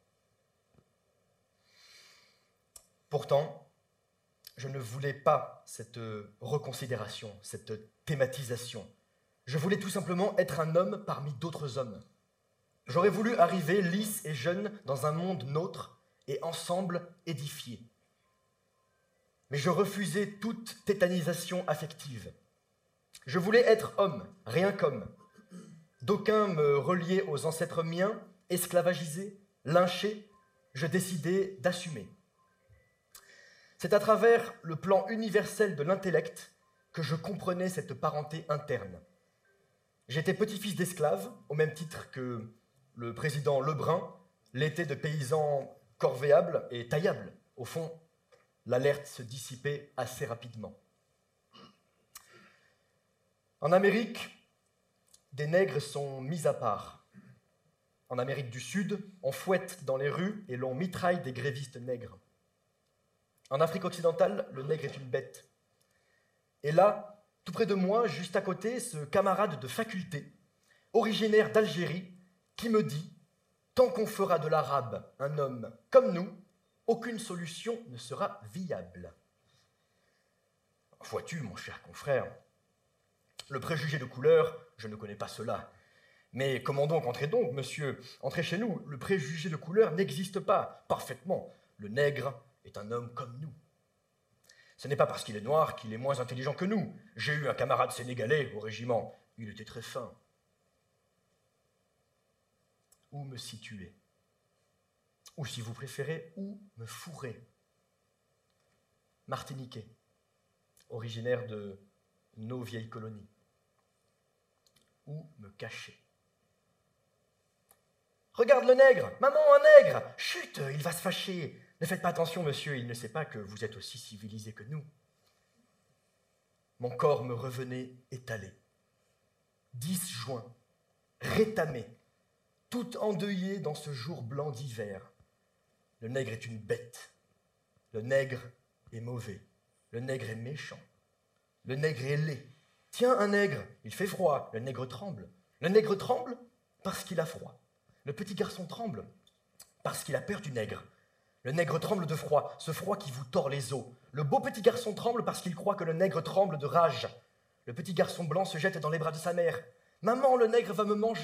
Pourtant, je ne voulais pas cette reconsidération, cette thématisation. Je voulais tout simplement être un homme parmi d'autres hommes. J'aurais voulu arriver lisse et jeune dans un monde nôtre et ensemble édifié. Mais je refusais toute tétanisation affective. Je voulais être homme, rien qu'homme. D'aucuns me reliaient aux ancêtres miens, esclavagisés, lynchés, je décidai d'assumer. C'est à travers le plan universel de l'intellect que je comprenais cette parenté interne. J'étais petit-fils d'esclaves, au même titre que le président Lebrun l'était de paysans corvéables et taillables. Au fond, l'alerte se dissipait assez rapidement. En Amérique, des nègres sont mis à part. En Amérique du Sud, on fouette dans les rues et l'on mitraille des grévistes nègres. En Afrique occidentale, le nègre est une bête. Et là, tout près de moi, juste à côté, ce camarade de faculté, originaire d'Algérie, qui me dit « Tant qu'on fera de l'arabe un homme comme nous, aucune solution ne sera viable. » Vois-tu, mon cher confrère, le préjugé de couleur, je ne connais pas cela. Mais comment donc, entrez donc, monsieur, entrez chez nous, le préjugé de couleur n'existe pas, parfaitement. Le nègre est un homme comme nous. Ce n'est pas parce qu'il est noir qu'il est moins intelligent que nous. J'ai eu un camarade sénégalais au régiment, il était très fin. Où me situer? Ou si vous préférez, où me fourrer? Martiniquais, originaire de nos vieilles colonies. Où me cacher? Regarde le nègre! Maman, un nègre! Chut, il va se fâcher! Ne faites pas attention, monsieur, il ne sait pas que vous êtes aussi civilisé que nous. Mon corps me revenait étalé. 10 juin, rétamé, tout endeuillé dans ce jour blanc d'hiver. Le nègre est une bête. Le nègre est mauvais. Le nègre est méchant. Le nègre est laid. Tiens, un nègre, il fait froid. Le nègre tremble. Le nègre tremble parce qu'il a froid. Le petit garçon tremble parce qu'il a peur du nègre. Le nègre tremble de froid, ce froid qui vous tord les os. Le beau petit garçon tremble parce qu'il croit que le nègre tremble de rage. Le petit garçon blanc se jette dans les bras de sa mère. « Maman, le nègre va me manger !»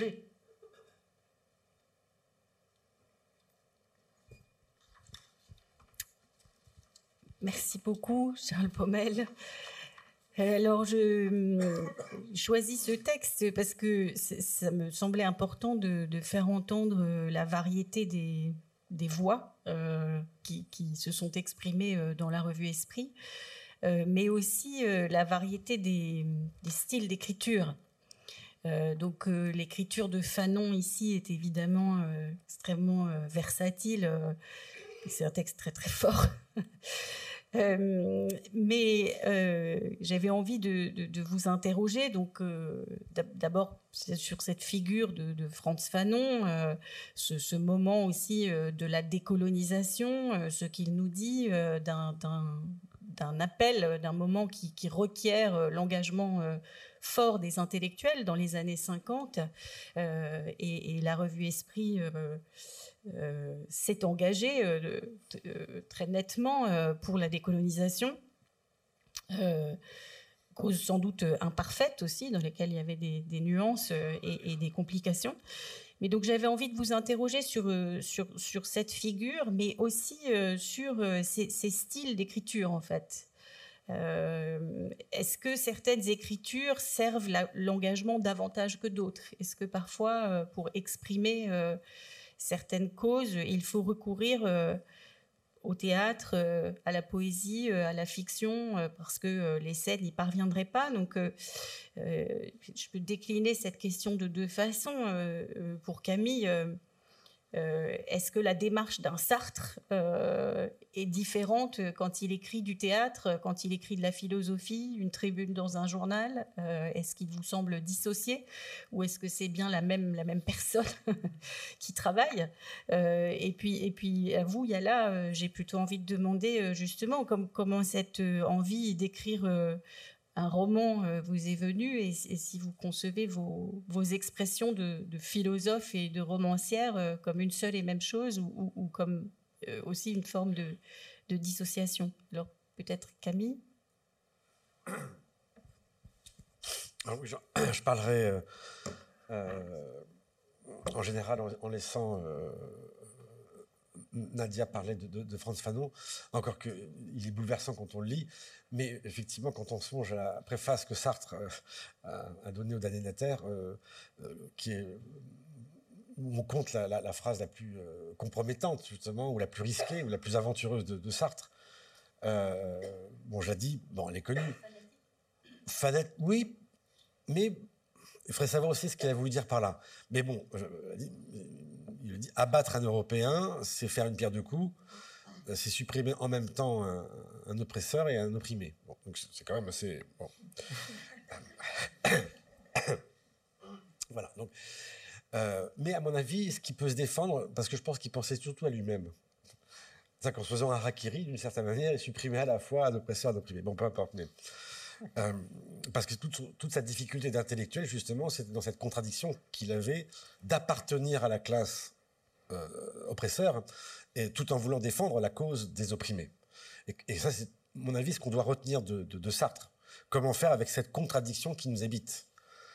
Merci beaucoup, Charles Pomel. Alors, je choisis ce texte parce que ça me semblait important de faire entendre la variété des voix qui se sont exprimées dans la revue Esprit, mais aussi la variété des styles d'écriture. Donc, l'écriture de Fanon ici est évidemment extrêmement versatile. C'est un texte très, très fort. Mais j'avais envie de vous interroger, donc d'abord sur cette figure de Frantz Fanon, ce moment aussi de la décolonisation, ce qu'il nous dit d'un appel, d'un moment qui requiert l'engagement fort des intellectuels dans les années 50, et la revue Esprit s'est engagée très nettement pour la décolonisation, cause sans doute imparfaite aussi, dans lesquelles il y avait des nuances et des complications. Mais donc j'avais envie de vous interroger sur cette figure, mais aussi sur ces styles d'écriture en fait. Est-ce que certaines écritures servent l'engagement davantage que d'autres? Est-ce que parfois, pour exprimer certaines causes, il faut recourir au théâtre, à la poésie, à la fiction, parce que les scènes n'y parviendraient pas. Donc, je peux décliner cette question de deux façons. Pour Camille, Est-ce que la démarche d'un Sartre est différente quand il écrit du théâtre, quand il écrit de la philosophie, une tribune dans un journal? Est-ce qu'il vous semble dissocié, ou est-ce que c'est bien la même personne qui travaille? Et puis à vous, Yala, j'ai plutôt envie de demander justement comment cette envie d'écrire un roman vous est venu, et si vous concevez vos expressions de philosophe et de romancière comme une seule et même chose, ou comme aussi une forme de dissociation. Alors peut-être Camille. Alors oui, je parlerai en général en laissant Nadia parler de Frantz Fanon, encore qu'il est bouleversant quand on le lit, mais effectivement, quand on songe à la préface que Sartre a donnée au Damné Nater, où on compte la phrase la plus compromettante, justement, ou la plus risquée, ou la plus aventureuse de Sartre. Bon, je l'ai dit, bon, elle est connue. Fanette, oui, mais il faudrait savoir aussi ce qu'il a voulu dire par là. Mais bon, il le dit, abattre un Européen, c'est faire une pierre deux coups, c'est supprimer en même temps un oppresseur et un opprimé. Bon, donc c'est quand même assez... Bon. Voilà. Donc, mais à mon avis, ce qui peut se défendre, parce que je pense qu'il pensait surtout à lui-même. C'est-à-dire qu'en se faisant un harakiri, d'une certaine manière, il supprimait à la fois un oppresseur et un opprimé. Bon, peu importe, mais... parce que toute sa difficulté d'intellectuel, justement, c'était dans cette contradiction qu'il avait d'appartenir à la classe oppresseur, et tout en voulant défendre la cause des opprimés. Et ça, c'est, à mon avis, ce qu'on doit retenir de Sartre. Comment faire avec cette contradiction qui nous habite.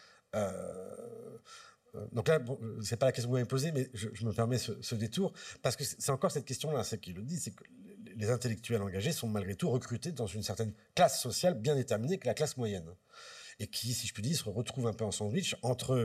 Donc là, bon, c'est pas la question que vous m'avez posée, mais je me permets ce détour, parce que c'est encore cette question-là, c'est qu'il le dit, c'est que les intellectuels engagés sont malgré tout recrutés dans une certaine classe sociale bien déterminée, que la classe moyenne, et qui, si je puis dire, se retrouve un peu en sandwich entre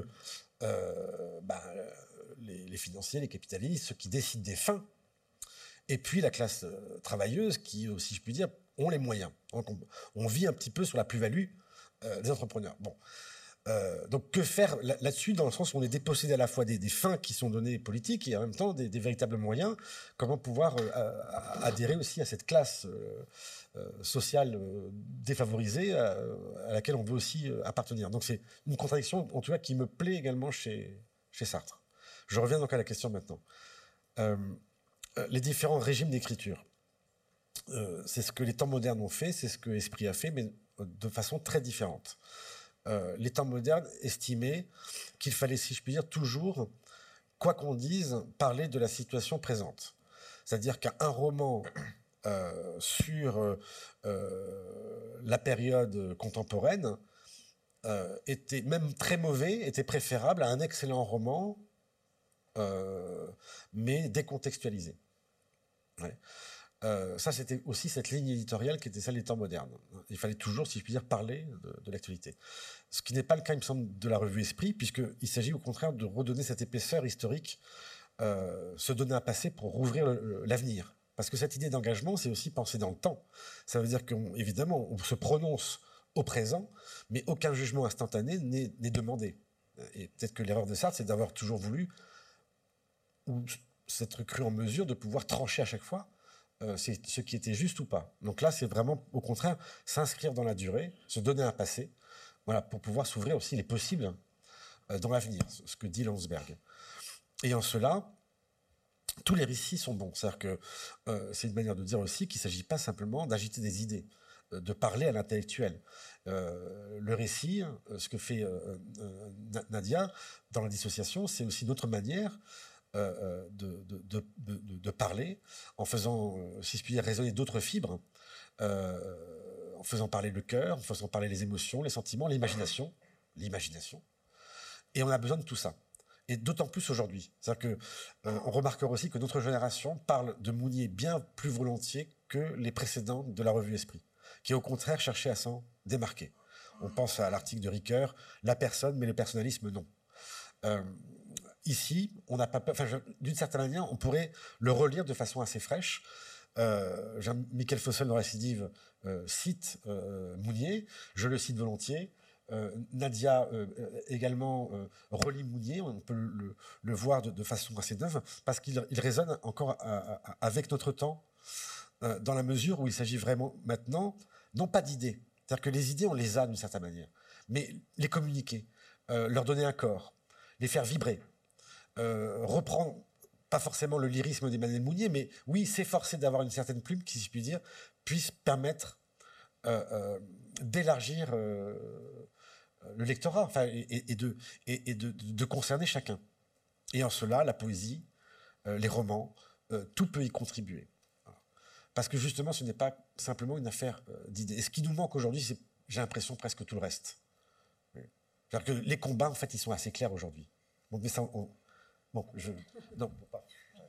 les financiers, les capitalistes, ceux qui décident des fins, et puis la classe travailleuse qui, si je puis dire, ont les moyens. Donc on vit un petit peu sur la plus-value des entrepreneurs. Bon. Donc que faire là-dessus, dans le sens où on est dépossédé à la fois des fins qui sont données politiques et en même temps des véritables moyens. Comment pouvoir adhérer aussi à cette classe sociale défavorisée à laquelle on veut aussi appartenir. Donc c'est une contradiction, en tout cas, qui me plaît également chez Sartre. Je reviens donc à la question maintenant. Les différents régimes d'écriture. C'est ce que les temps modernes ont fait, c'est ce que Esprit a fait, mais de façon très différente. Les temps modernes estimaient qu'il fallait, si je puis dire, toujours, quoi qu'on dise, parler de la situation présente. C'est-à-dire qu'un roman sur la période contemporaine était même très mauvais, était préférable à un excellent roman, mais décontextualisé. Ouais. Ça, c'était aussi cette ligne éditoriale qui était celle des temps modernes. Il fallait toujours, si je puis dire, parler de l'actualité. Ce qui n'est pas le cas, il me semble, de la revue Esprit, puisqu'il s'agit au contraire de redonner cette épaisseur historique, se donner un passé pour rouvrir l'avenir. Parce que cette idée d'engagement, c'est aussi penser dans le temps. Ça veut dire qu'évidemment, on se prononce au présent, mais aucun jugement instantané n'est demandé. Et peut-être que l'erreur de Sartre, c'est d'avoir toujours voulu, ou s'être cru en mesure de pouvoir trancher à chaque fois c'est ce qui était juste ou pas. Donc là, c'est vraiment, au contraire, s'inscrire dans la durée, se donner un passé, voilà, pour pouvoir s'ouvrir aussi les possibles dans l'avenir, ce que dit Landsberg. Et en cela, tous les récits sont bons. C'est-à-dire que c'est une manière de dire aussi qu'il ne s'agit pas simplement d'agiter des idées, de parler à l'intellectuel. Le récit, ce que fait Nadia dans la dissociation, c'est aussi d'autres manières de parler, en faisant, si je puis dire, résonner d'autres fibres, en faisant parler le cœur, en faisant parler les émotions, les sentiments, l'imagination. Et on a besoin de tout ça. Et d'autant plus aujourd'hui. C'est-à-dire on remarquera aussi que notre génération parle de Mounier bien plus volontiers que les précédents de la revue Esprit, qui au contraire cherchait à s'en démarquer. On pense à l'article de Ricoeur, la personne, mais le personnalisme, non. Ici, on n'a pas peur, d'une certaine manière, on pourrait le relire de façon assez fraîche. Michael Fossel, dans Récidive, cite Mounier, je le cite volontiers, Nadia également relie Mounier, on peut le voir de façon assez neuve, parce qu'il résonne encore avec notre temps, dans la mesure où il s'agit vraiment maintenant, non pas d'idées, c'est-à-dire que les idées, on les a d'une certaine manière, mais les communiquer, leur donner un corps, les faire vibrer, reprendre, pas forcément le lyrisme d'Emmanuel Mounier, mais oui, s'efforcer d'avoir une certaine plume qui, si je puis dire, puisse permettre d'élargir le lectorat, enfin, et de concerner chacun. Et en cela, la poésie, les romans, tout peut y contribuer. Parce que justement, ce n'est pas simplement une affaire d'idées. Et ce qui nous manque aujourd'hui, c'est, j'ai l'impression, presque tout le reste. C'est-à-dire que les combats, en fait, ils sont assez clairs aujourd'hui. Bon, mais ça, bon, non, pas.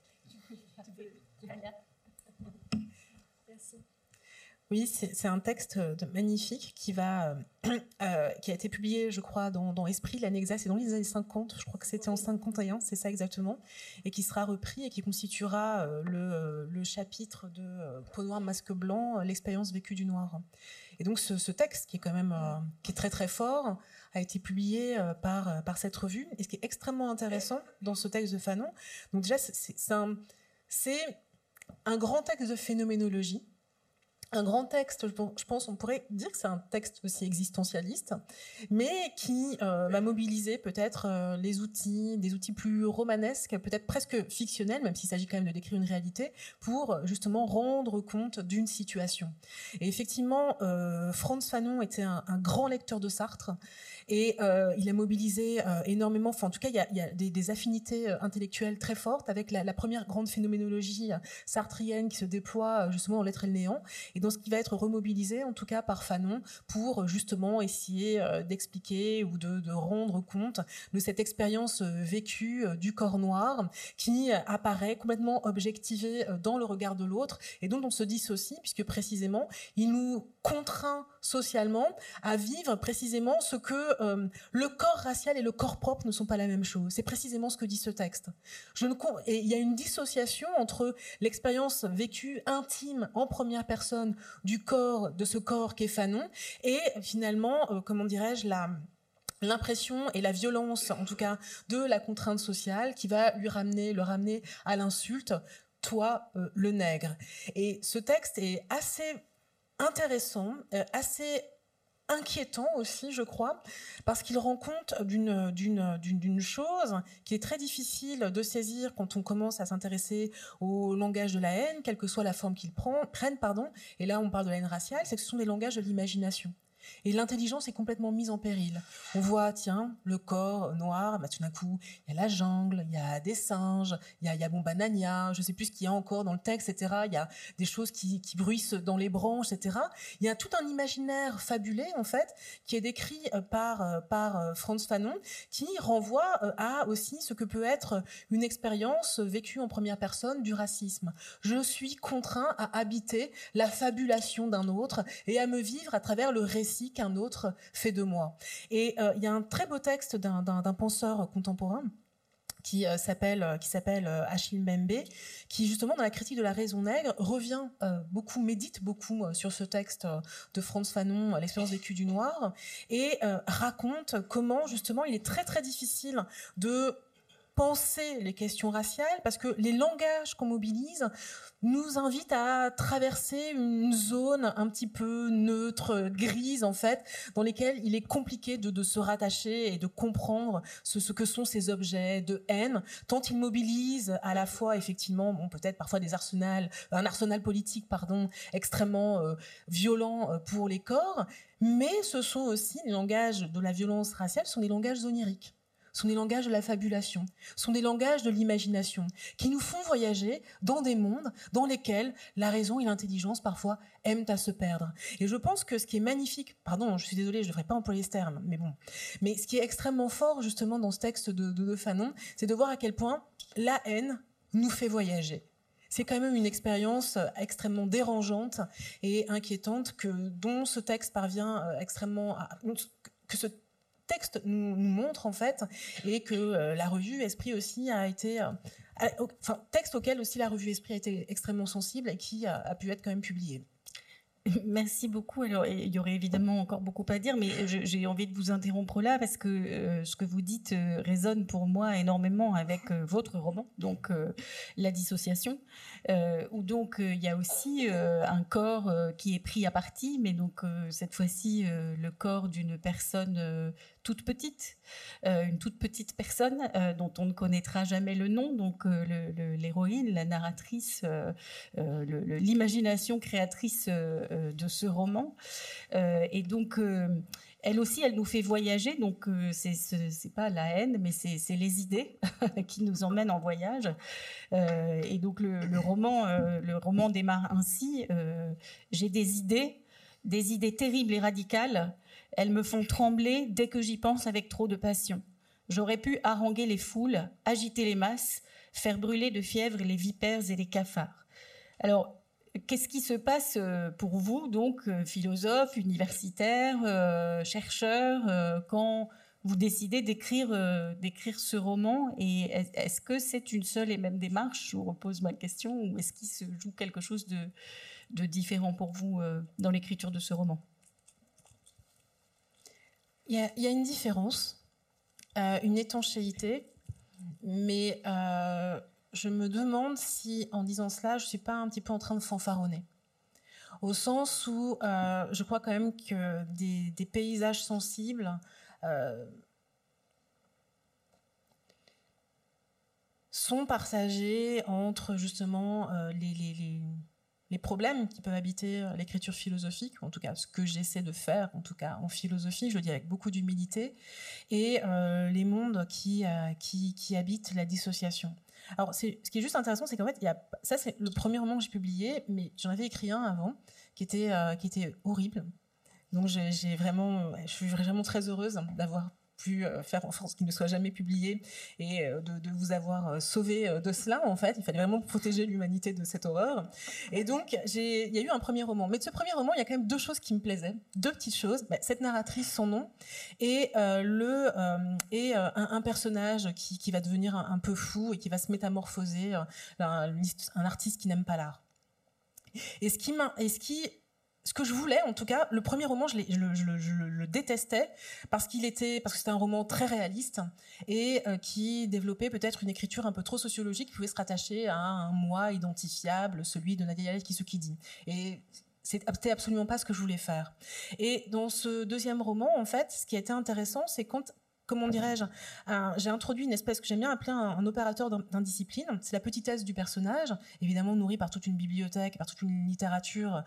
Merci. Oui, c'est un texte magnifique qui a été publié, je crois, dans Esprit, l'année exacte, c'est dans les années 50, je crois que c'était en 51, c'est ça exactement, et qui sera repris et qui constituera le chapitre de Peau noire, masque blanc, l'expérience vécue du noir. Et donc ce texte, qui est quand même qui est très très fort, a été publié par cette revue. Et ce qui est extrêmement intéressant dans ce texte de Fanon, donc déjà c'est un grand texte de phénoménologie. Un grand texte, je pense, on pourrait dire que c'est un texte aussi existentialiste, mais qui va mobiliser peut-être des outils plus romanesques, peut-être presque fictionnels, même s'il s'agit quand même de décrire une réalité, pour justement rendre compte d'une situation. Et effectivement, Frantz Fanon était un grand lecteur de Sartre, et il a mobilisé énormément, enfin en tout cas il y a des affinités intellectuelles très fortes avec la première grande phénoménologie sartrienne qui se déploie justement dans L'être et le néant, et donc ce qui va être remobilisé en tout cas par Fanon pour justement essayer d'expliquer ou de rendre compte de cette expérience vécue du corps noir qui apparaît complètement objectivée dans le regard de l'autre et dont on se dissocie puisque précisément il nous contraint socialement à vivre précisément ce que le corps racial et le corps propre ne sont pas la même chose. C'est précisément ce que dit ce texte. Et il y a une dissociation entre l'expérience vécue intime en première personne de ce corps qu'est Fanon et finalement, comment dirais-je, l'impression et la violence, en tout cas, de la contrainte sociale qui va le ramener à l'insulte, toi, le nègre. Et ce texte est assez intéressant, assez inquiétant aussi, je crois, parce qu'il rend compte d'une chose qui est très difficile de saisir quand on commence à s'intéresser au langage de la haine, quelle que soit la forme qu'il prenne, et là on parle de la haine raciale, c'est que ce sont des langages de l'imagination. Et l'intelligence est complètement mise en péril. On voit, tiens, le corps noir, tout d'un coup, il y a la jungle, il y a des singes, il y a Bombanania, je ne sais plus ce qu'il y a encore dans le texte, etc. Il y a des choses qui bruissent dans les branches, etc. Il y a tout un imaginaire fabulé, en fait, qui est décrit par Frantz Fanon, qui renvoie à aussi ce que peut être une expérience vécue en première personne du racisme. Je suis contraint à habiter la fabulation d'un autre et à me vivre à travers le récit qu'un autre fait de moi. Et il y a un très beau texte d'un penseur contemporain qui s'appelle Achille Mbembe, qui justement dans la critique de la raison nègre médite beaucoup sur ce texte de Frantz Fanon, l'expérience vécue du noir, et raconte comment justement il est très très difficile de penser les questions raciales parce que les langages qu'on mobilise nous invitent à traverser une zone un petit peu neutre, grise en fait, dans lesquelles il est compliqué de se rattacher et de comprendre ce que sont ces objets de haine, tant ils mobilisent à la fois effectivement, peut-être parfois un arsenal politique extrêmement violent pour les corps, mais ce sont aussi les langages de la violence raciale, sont des langages oniriques. Sont des langages de la fabulation, sont des langages de l'imagination, qui nous font voyager dans des mondes dans lesquels la raison et l'intelligence parfois aiment à se perdre. Et je pense que ce qui est magnifique, je suis désolée, je ne devrais pas employer ce terme, mais ce qui est extrêmement fort justement dans ce texte de Fanon, c'est de voir à quel point la haine nous fait voyager. C'est quand même une expérience extrêmement dérangeante et inquiétante dont ce texte parvient que ce texte nous montre en fait, et que la revue Esprit aussi a été texte auquel aussi la revue Esprit a été extrêmement sensible et qui a pu être quand même publié. Merci beaucoup. Alors, il y aurait évidemment encore beaucoup à dire, mais j'ai envie de vous interrompre là parce que ce que vous dites résonne pour moi énormément avec votre roman, donc La dissociation, où donc il y a aussi un corps qui est pris à partie, mais donc cette fois-ci le corps d'une personne toute petite, une toute petite personne dont on ne connaîtra jamais le nom, donc l'héroïne, la narratrice, l'imagination créatrice de ce roman. Et donc, elle aussi, elle nous fait voyager, donc c'est pas la haine, mais c'est les idées qui nous emmènent en voyage. Et donc, le roman démarre ainsi. J'ai des idées terribles et radicales. Elles me font trembler dès que j'y pense avec trop de passion. J'aurais pu haranguer les foules, agiter les masses, faire brûler de fièvre les vipères et les cafards. Alors, qu'est-ce qui se passe pour vous, donc, philosophe, universitaire, chercheur, quand vous décidez d'écrire ce roman? Et est-ce que c'est une seule et même démarche? Je vous repose ma question. Ou est-ce qu'il se joue quelque chose de différent pour vous dans l'écriture de ce roman? Il y a une différence, une étanchéité, mais je me demande si, en disant cela, je ne suis pas un petit peu en train de fanfaronner. Au sens où je crois quand même que des paysages sensibles sont partagés entre justement les problèmes qui peuvent habiter l'écriture philosophique, en tout cas ce que j'essaie de faire, en tout cas en philosophie, je le dis avec beaucoup d'humilité, et les mondes qui habitent la dissociation. Alors, ce qui est juste intéressant, c'est qu'en fait, ça c'est le premier roman que j'ai publié, mais j'en avais écrit un avant qui était horrible. Donc, je suis vraiment très heureuse d'avoir pu faire en France qu'il ne soit jamais publié et de vous avoir sauvé de cela, en fait. Il fallait vraiment protéger l'humanité de cette horreur. Et donc, il y a eu un premier roman. Mais de ce premier roman, il y a quand même deux choses qui me plaisaient. Deux petites choses. Cette narratrice, son nom, et un personnage qui va devenir un peu fou et qui va se métamorphoser, un artiste qui n'aime pas l'art. Et ce que je voulais, en tout cas, le premier roman, je le détestais parce que c'était un roman très réaliste et qui développait peut-être une écriture un peu trop sociologique qui pouvait se rattacher à un moi identifiable, celui de Nadia Kisukidi. Et c'était absolument pas ce que je voulais faire. Et dans ce deuxième roman, en fait, ce qui a été intéressant, c'est comment dirais-je, j'ai introduit une espèce que j'aime bien appeler un opérateur d'indiscipline. C'est la petitesse du personnage, évidemment nourrie par toute une bibliothèque, par toute une littérature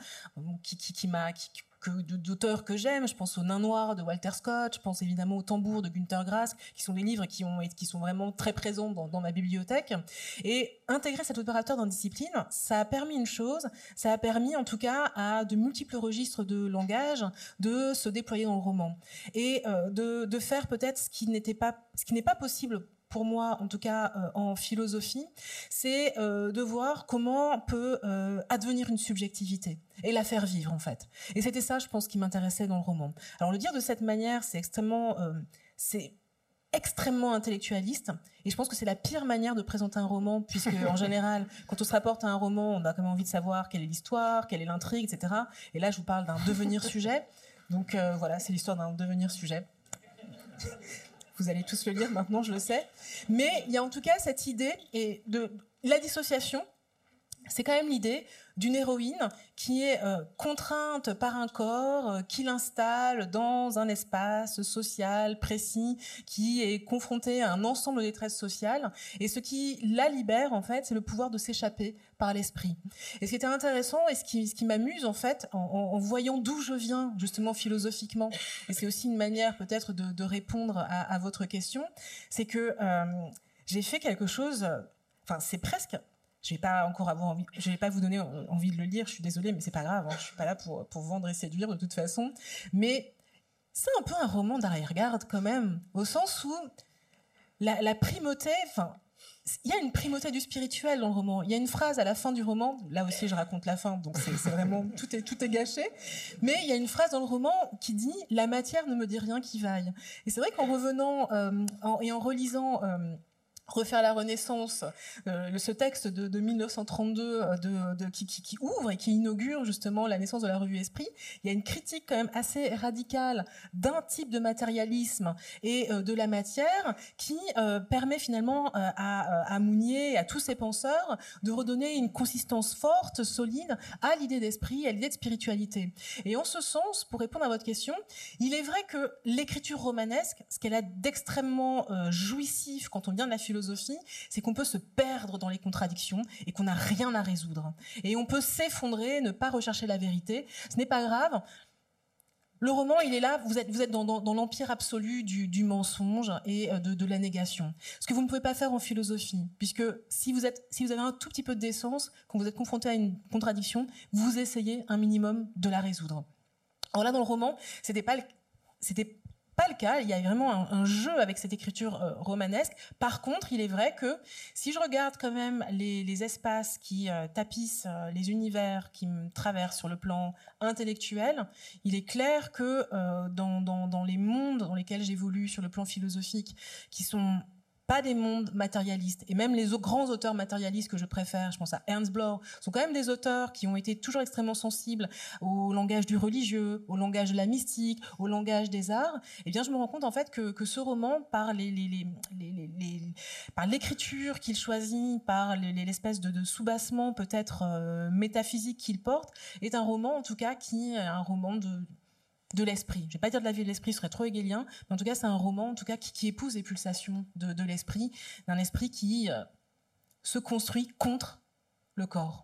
d'auteurs que j'aime. Je pense au Nain Noir de Walter Scott, je pense évidemment au Tambour de Günter Grass, qui sont des livres qui sont vraiment très présents dans ma bibliothèque. Et intégrer cet opérateur d'indiscipline, ça a permis une chose, ça a permis en tout cas à de multiples registres de langage de se déployer dans le roman et de faire peut-être ce qui n'est pas possible pour moi, en tout cas en philosophie, c'est de voir comment peut advenir une subjectivité et la faire vivre, en fait. Et c'était ça, je pense, qui m'intéressait dans le roman. Alors, le dire de cette manière, c'est extrêmement intellectualiste, et je pense que c'est la pire manière de présenter un roman, puisque en général, quand on se rapporte à un roman, on a quand même envie de savoir quelle est l'histoire, quelle est l'intrigue, etc. Et là, je vous parle d'un devenir sujet. Donc voilà, c'est l'histoire d'un devenir sujet. Vous allez tous le lire maintenant, je le sais. Mais il y a en tout cas cette idée et de la dissociation. C'est quand même l'idée d'une héroïne qui est contrainte par un corps qui l'installe dans un espace social précis, qui est confrontée à un ensemble de détresse sociale. Et ce qui la libère, en fait, c'est le pouvoir de s'échapper par l'esprit. Et ce qui était intéressant et ce qui m'amuse, en fait, en voyant d'où je viens, justement, philosophiquement, et c'est aussi une manière peut-être de répondre à votre question, c'est que j'ai fait quelque chose, enfin, c'est presque... Je vais pas vous donner envie de le lire, je suis désolée, mais c'est pas grave, hein, je suis pas là pour vendre et séduire de toute façon. Mais c'est un peu un roman d'arrière-garde quand même, au sens où la primauté, enfin, il y a une primauté du spirituel dans le roman. Il y a une phrase à la fin du roman, là aussi je raconte la fin, donc c'est vraiment, tout est gâché, mais il y a une phrase dans le roman qui dit « La matière ne me dit rien qui vaille ». Et c'est vrai qu'en revenant et en relisant refaire la Renaissance, ce texte de 1932 qui ouvre et qui inaugure justement la naissance de la revue Esprit, il y a une critique quand même assez radicale d'un type de matérialisme et de la matière qui permet finalement à Mounier et à tous ses penseurs de redonner une consistance forte, solide à l'idée d'esprit, à l'idée de spiritualité. Et en ce sens, pour répondre à votre question, il est vrai que l'écriture romanesque, ce qu'elle a d'extrêmement jouissif quand on vient de la philosophie, c'est qu'on peut se perdre dans les contradictions et qu'on n'a rien à résoudre. Et on peut s'effondrer, ne pas rechercher la vérité. Ce n'est pas grave. Le roman, il est là, vous êtes dans l'empire absolu du mensonge et de la négation. Ce que vous ne pouvez pas faire en philosophie, puisque si vous avez un tout petit peu de décence, quand vous êtes confronté à une contradiction, vous essayez un minimum de la résoudre. Alors là, dans le roman, c'était pas le cas, il y a vraiment un jeu avec cette écriture romanesque. Par contre, il est vrai que si je regarde quand même les espaces qui tapissent les univers qui me traversent sur le plan intellectuel, il est clair que dans les mondes dans lesquels j'évolue sur le plan philosophique, qui sont pas des mondes matérialistes, et même les grands auteurs matérialistes que je préfère, je pense à Ernst Bloch, sont quand même des auteurs qui ont été toujours extrêmement sensibles au langage du religieux, au langage de la mystique, au langage des arts. Et bien je me rends compte en fait que ce roman, par par l'écriture qu'il choisit, par l'espèce de soubassement peut-être métaphysique qu'il porte, est un roman en tout cas qui est un roman de l'esprit. Je ne vais pas dire de la vie de l'esprit, ce serait trop hégélien, mais en tout cas, c'est un roman en tout cas, qui épouse les pulsations de l'esprit, d'un esprit qui se construit contre le corps.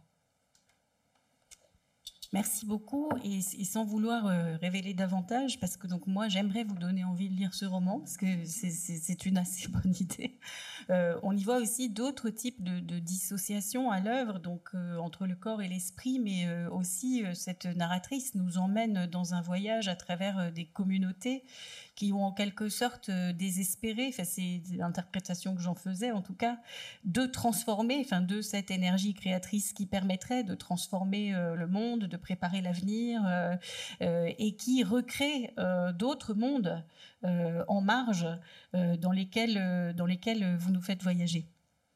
Merci beaucoup, et sans vouloir révéler davantage, parce que donc moi j'aimerais vous donner envie de lire ce roman, parce que c'est une assez bonne idée. On y voit aussi d'autres types de dissociations à l'œuvre, donc entre le corps et l'esprit, mais aussi cette narratrice nous emmène dans un voyage à travers des communautés qui ont en quelque sorte désespéré, enfin c'est l'interprétation que j'en faisais en tout cas, de transformer, enfin de cette énergie créatrice qui permettrait de transformer le monde, de préparer l'avenir et qui recrée d'autres mondes en marge dans lesquels vous nous faites voyager.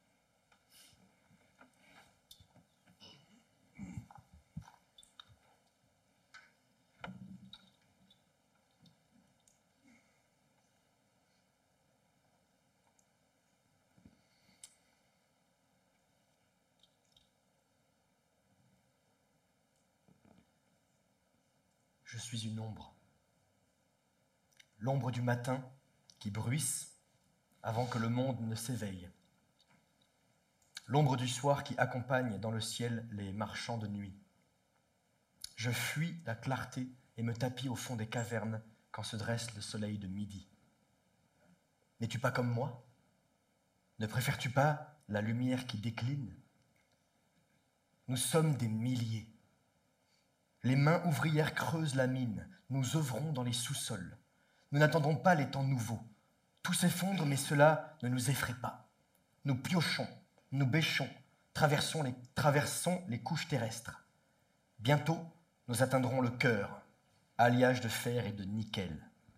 Je suis une ombre. L'ombre du matin qui bruisse avant que le monde ne s'éveille. L'ombre du soir qui accompagne dans le ciel les marchands de nuit. Je fuis la clarté et me tapis au fond des cavernes quand se dresse le soleil de midi. N'es-tu pas comme moi? Ne préfères-tu pas la lumière qui décline? Nous sommes des milliers. Les mains ouvrières creusent la mine, nous œuvrons dans les sous-sols. Nous n'attendons pas les temps nouveaux. Tout s'effondre, mais cela ne nous effraie pas. Nous piochons, nous bêchons, traversons les couches terrestres. Bientôt, nous atteindrons le cœur, alliage de fer et de nickel.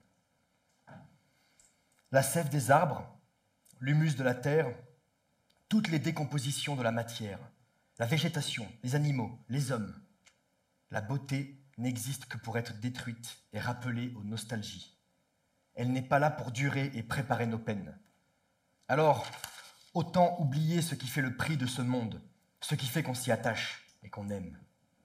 La sève des arbres, l'humus de la terre, toutes les décompositions de la matière, la végétation, les animaux, les hommes. La beauté n'existe que pour être détruite et rappelée aux nostalgies. Elle n'est pas là pour durer et préparer nos peines. Alors, autant oublier ce qui fait le prix de ce monde, ce qui fait qu'on s'y attache et qu'on aime.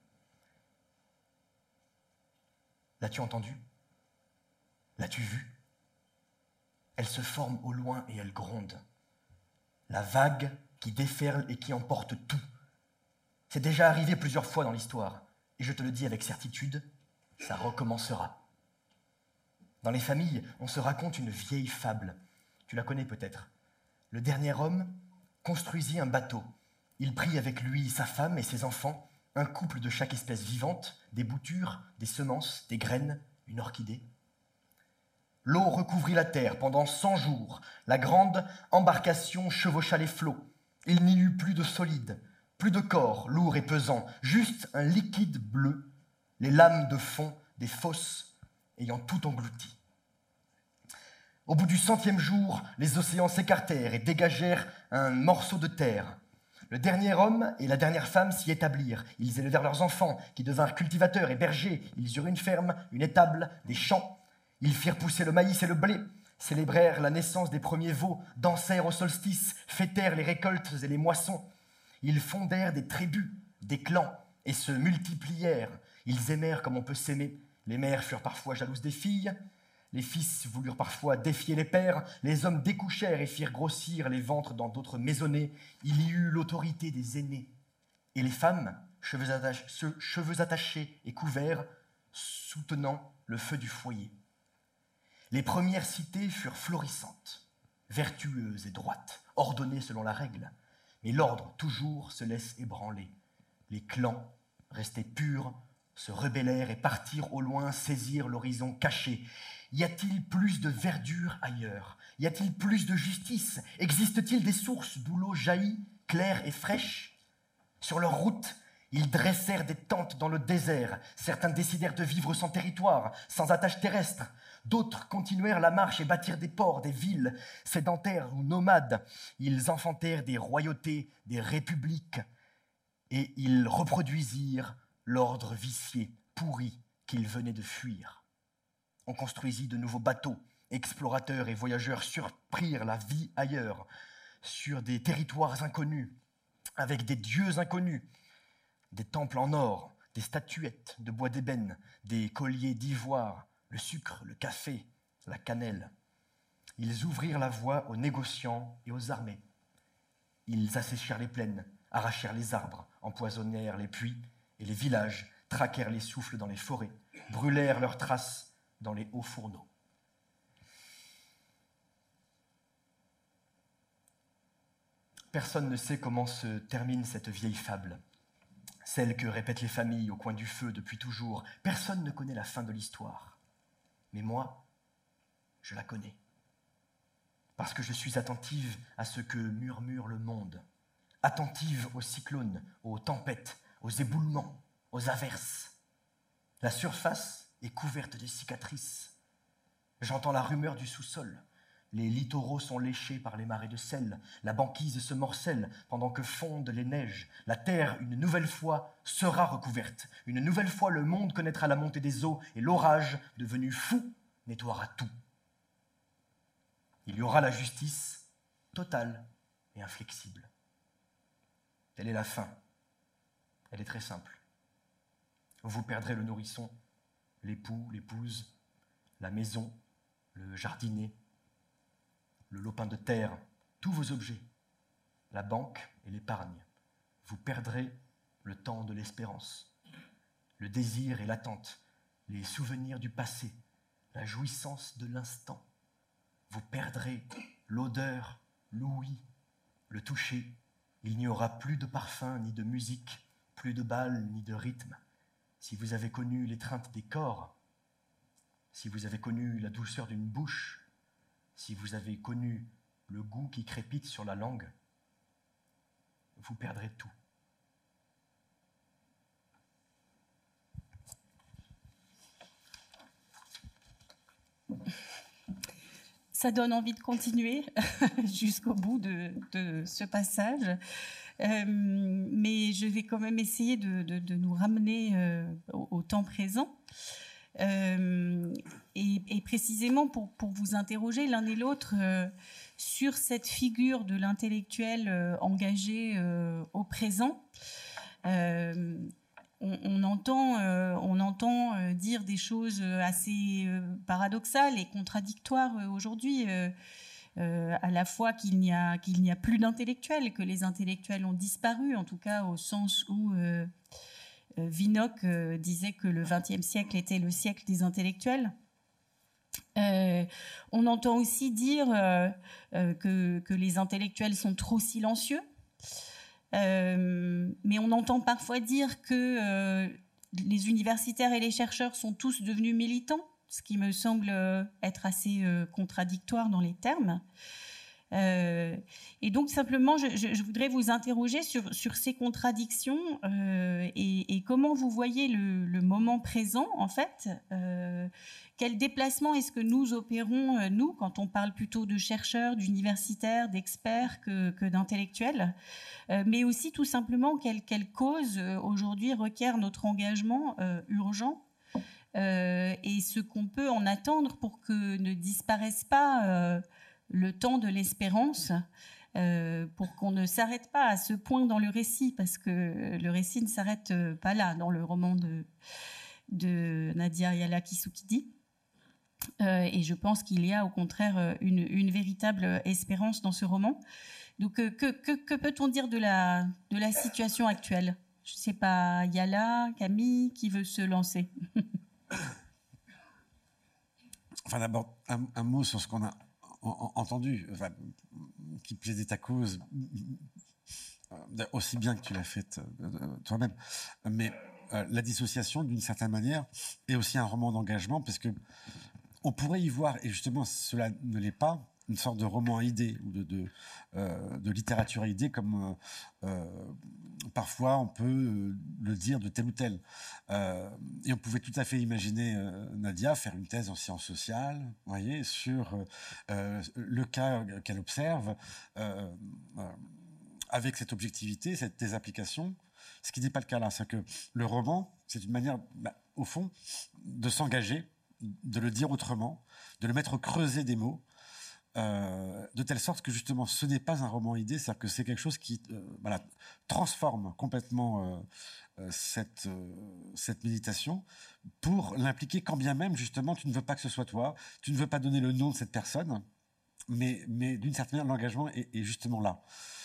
L'as-tu entendu? L'as-tu vu? Elle se forme au loin et elle gronde. La vague qui déferle et qui emporte tout. C'est déjà arrivé plusieurs fois dans l'histoire. Et je te le dis avec certitude, ça recommencera. Dans les familles, on se raconte une vieille fable. Tu la connais peut-être. Le dernier homme construisit un bateau. Il prit avec lui sa femme et ses enfants, un couple de chaque espèce vivante, des boutures, des semences, des graines, une orchidée. L'eau recouvrit la terre pendant 100 jours. La grande embarcation chevaucha les flots. Il n'y eut plus de solide. Plus de corps, lourd et pesant, juste un liquide bleu, les lames de fond des fosses ayant tout englouti. Au bout du 100e jour, les océans s'écartèrent et dégagèrent un morceau de terre. Le dernier homme et la dernière femme s'y établirent. Ils élevèrent leurs enfants, qui devinrent cultivateurs et bergers. Ils eurent une ferme, une étable, des champs. Ils firent pousser le maïs et le blé, célébrèrent la naissance des premiers veaux, dansèrent au solstice, fêtèrent les récoltes et les moissons. Ils fondèrent des tribus, des clans, et se multiplièrent. Ils aimèrent comme on peut s'aimer. Les mères furent parfois jalouses des filles. Les fils voulurent parfois défier les pères, les hommes découchèrent et firent grossir les ventres dans d'autres maisonnées. Il y eut l'autorité des aînés. Et les femmes, cheveux attachés et couverts, soutenant le feu du foyer. Les premières cités furent florissantes, vertueuses et droites, ordonnées selon la règle. Mais l'ordre, toujours, se laisse ébranler. Les clans, restés purs, se rebellèrent et partirent au loin saisir l'horizon caché. Y a-t-il plus de verdure ailleurs? Y a-t-il plus de justice? Existe-t-il des sources d'où l'eau jaillit, claire et fraîche? Sur leur route, ils dressèrent des tentes dans le désert. Certains décidèrent de vivre sans territoire, sans attache terrestre. D'autres continuèrent la marche et bâtirent des ports, des villes, sédentaires ou nomades. Ils enfantèrent des royautés, des républiques, et ils reproduisirent l'ordre vicié, pourri, qu'ils venaient de fuir. On construisit de nouveaux bateaux. Explorateurs et voyageurs surprirent la vie ailleurs, sur des territoires inconnus, avec des dieux inconnus, des temples en or, des statuettes de bois d'ébène, des colliers d'ivoire, le sucre, le café, la cannelle. Ils ouvrirent la voie aux négociants et aux armées. Ils asséchèrent les plaines, arrachèrent les arbres, empoisonnèrent les puits, et les villages traquèrent les souffles dans les forêts, brûlèrent leurs traces dans les hauts fourneaux. Personne ne sait comment se termine cette vieille fable, celle que répètent les familles au coin du feu depuis toujours. Personne ne connaît la fin de l'histoire. Mais moi, je la connais. Parce que je suis attentive à ce que murmure le monde, attentive aux cyclones, aux tempêtes, aux éboulements, aux averses. La surface est couverte de cicatrices. J'entends la rumeur du sous-sol. Les littoraux sont léchés par les marées de sel. La banquise se morcelle pendant que fondent les neiges. La terre, une nouvelle fois, sera recouverte. Une nouvelle fois, le monde connaîtra la montée des eaux et l'orage, devenu fou, nettoiera tout. Il y aura la justice totale et inflexible. Telle est la fin. Elle est très simple. Vous perdrez le nourrisson, l'époux, l'épouse, la maison, le jardinet, le lopin de terre, tous vos objets, la banque et l'épargne. Vous perdrez le temps de l'espérance, le désir et l'attente, les souvenirs du passé, la jouissance de l'instant. Vous perdrez l'odeur, l'ouïe, le toucher. Il n'y aura plus de parfum ni de musique, plus de bal ni de rythme. Si vous avez connu l'étreinte des corps, si vous avez connu la douceur d'une bouche, si vous avez connu le goût qui crépite sur la langue, vous perdrez tout. Ça donne envie de continuer jusqu'au bout de ce passage. Mais je vais quand même essayer de nous ramener au temps présent. Et précisément pour vous interroger l'un et l'autre sur cette figure de l'intellectuel engagé au présent. On entend dire des choses assez paradoxales et contradictoires aujourd'hui, à la fois qu'il n'y a plus d'intellectuels, que les intellectuels ont disparu, en tout cas au sens où Vinocq disait que le XXe siècle était le siècle des intellectuels. On entend aussi dire que les intellectuels sont trop silencieux. Mais on entend parfois dire que les universitaires et les chercheurs sont tous devenus militants, ce qui me semble être assez contradictoire dans les termes. Et donc simplement, je voudrais vous interroger sur ces contradictions et comment vous voyez le moment présent, en fait. Quel déplacement est-ce que nous opérons, nous, quand on parle plutôt de chercheurs, d'universitaires, d'experts que d'intellectuels, mais aussi tout simplement quelle cause aujourd'hui requiert notre engagement urgent et ce qu'on peut en attendre pour que ne disparaisse pas le temps de l'espérance, pour qu'on ne s'arrête pas à ce point dans le récit, parce que le récit ne s'arrête pas là, dans le roman de Nadia Yala-Kissou-Kidi. Et je pense qu'il y a au contraire une véritable espérance dans ce roman. Donc, que peut-on dire de la situation actuelle ? Je ne sais pas, Yala, Camille, qui veut se lancer ? Enfin, d'abord, un mot sur ce qu'on a entendu, enfin, qui plaidait ta cause, aussi bien que tu l'as faite toi-même. Mais la dissociation, d'une certaine manière, est aussi un roman d'engagement, parce que on pourrait y voir, et justement cela ne l'est pas, une sorte de roman à idées ou de littérature à idées, comme parfois on peut le dire de tel ou tel. Et on pouvait tout à fait imaginer Nadia faire une thèse en sciences sociales, vous voyez, sur le cas qu'elle observe, avec cette objectivité, des applications, ce qui n'est pas le cas là. C'est que le roman, c'est une manière, au fond, de s'engager, de le dire autrement, de le mettre au creuset des mots, de telle sorte que justement ce n'est pas un roman idée, c'est-à-dire que c'est quelque chose qui transforme complètement cette méditation pour l'impliquer, quand bien même justement tu ne veux pas que ce soit toi, tu ne veux pas donner le nom de cette personne, mais d'une certaine manière l'engagement est justement là.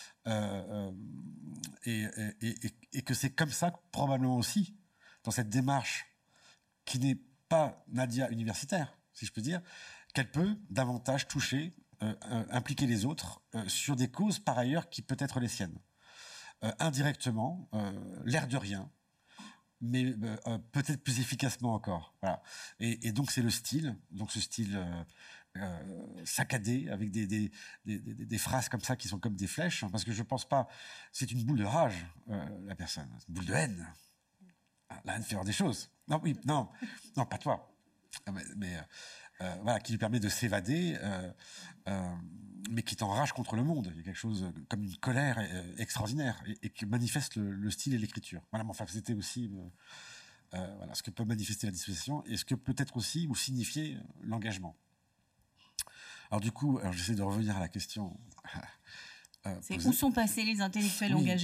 Et que c'est comme ça, probablement aussi, dans cette démarche qui n'est pas Nadia universitaire, si je peux dire, qu'elle peut davantage toucher, impliquer les autres sur des causes par ailleurs qui peuvent être les siennes. Indirectement, l'air de rien, mais peut-être plus efficacement encore. Voilà. Et donc c'est le style, donc ce style saccadé, avec des phrases comme ça qui sont comme des flèches, hein, parce que je pense pas, c'est une boule de rage, la personne, une boule de haine. La haine fait avoir des choses. Non, oui, non, pas toi. Mais voilà, qui lui permet de s'évader, mais qui t'enrage contre le monde. Il y a quelque chose comme une colère extraordinaire et qui manifeste le style et l'écriture. Voilà, mais enfin, c'était aussi voilà, ce que peut manifester la dissociation et ce que peut être aussi ou signifier l'engagement. Alors du coup, j'essaie de revenir à la question. C'est où sont passés les intellectuels engagés ?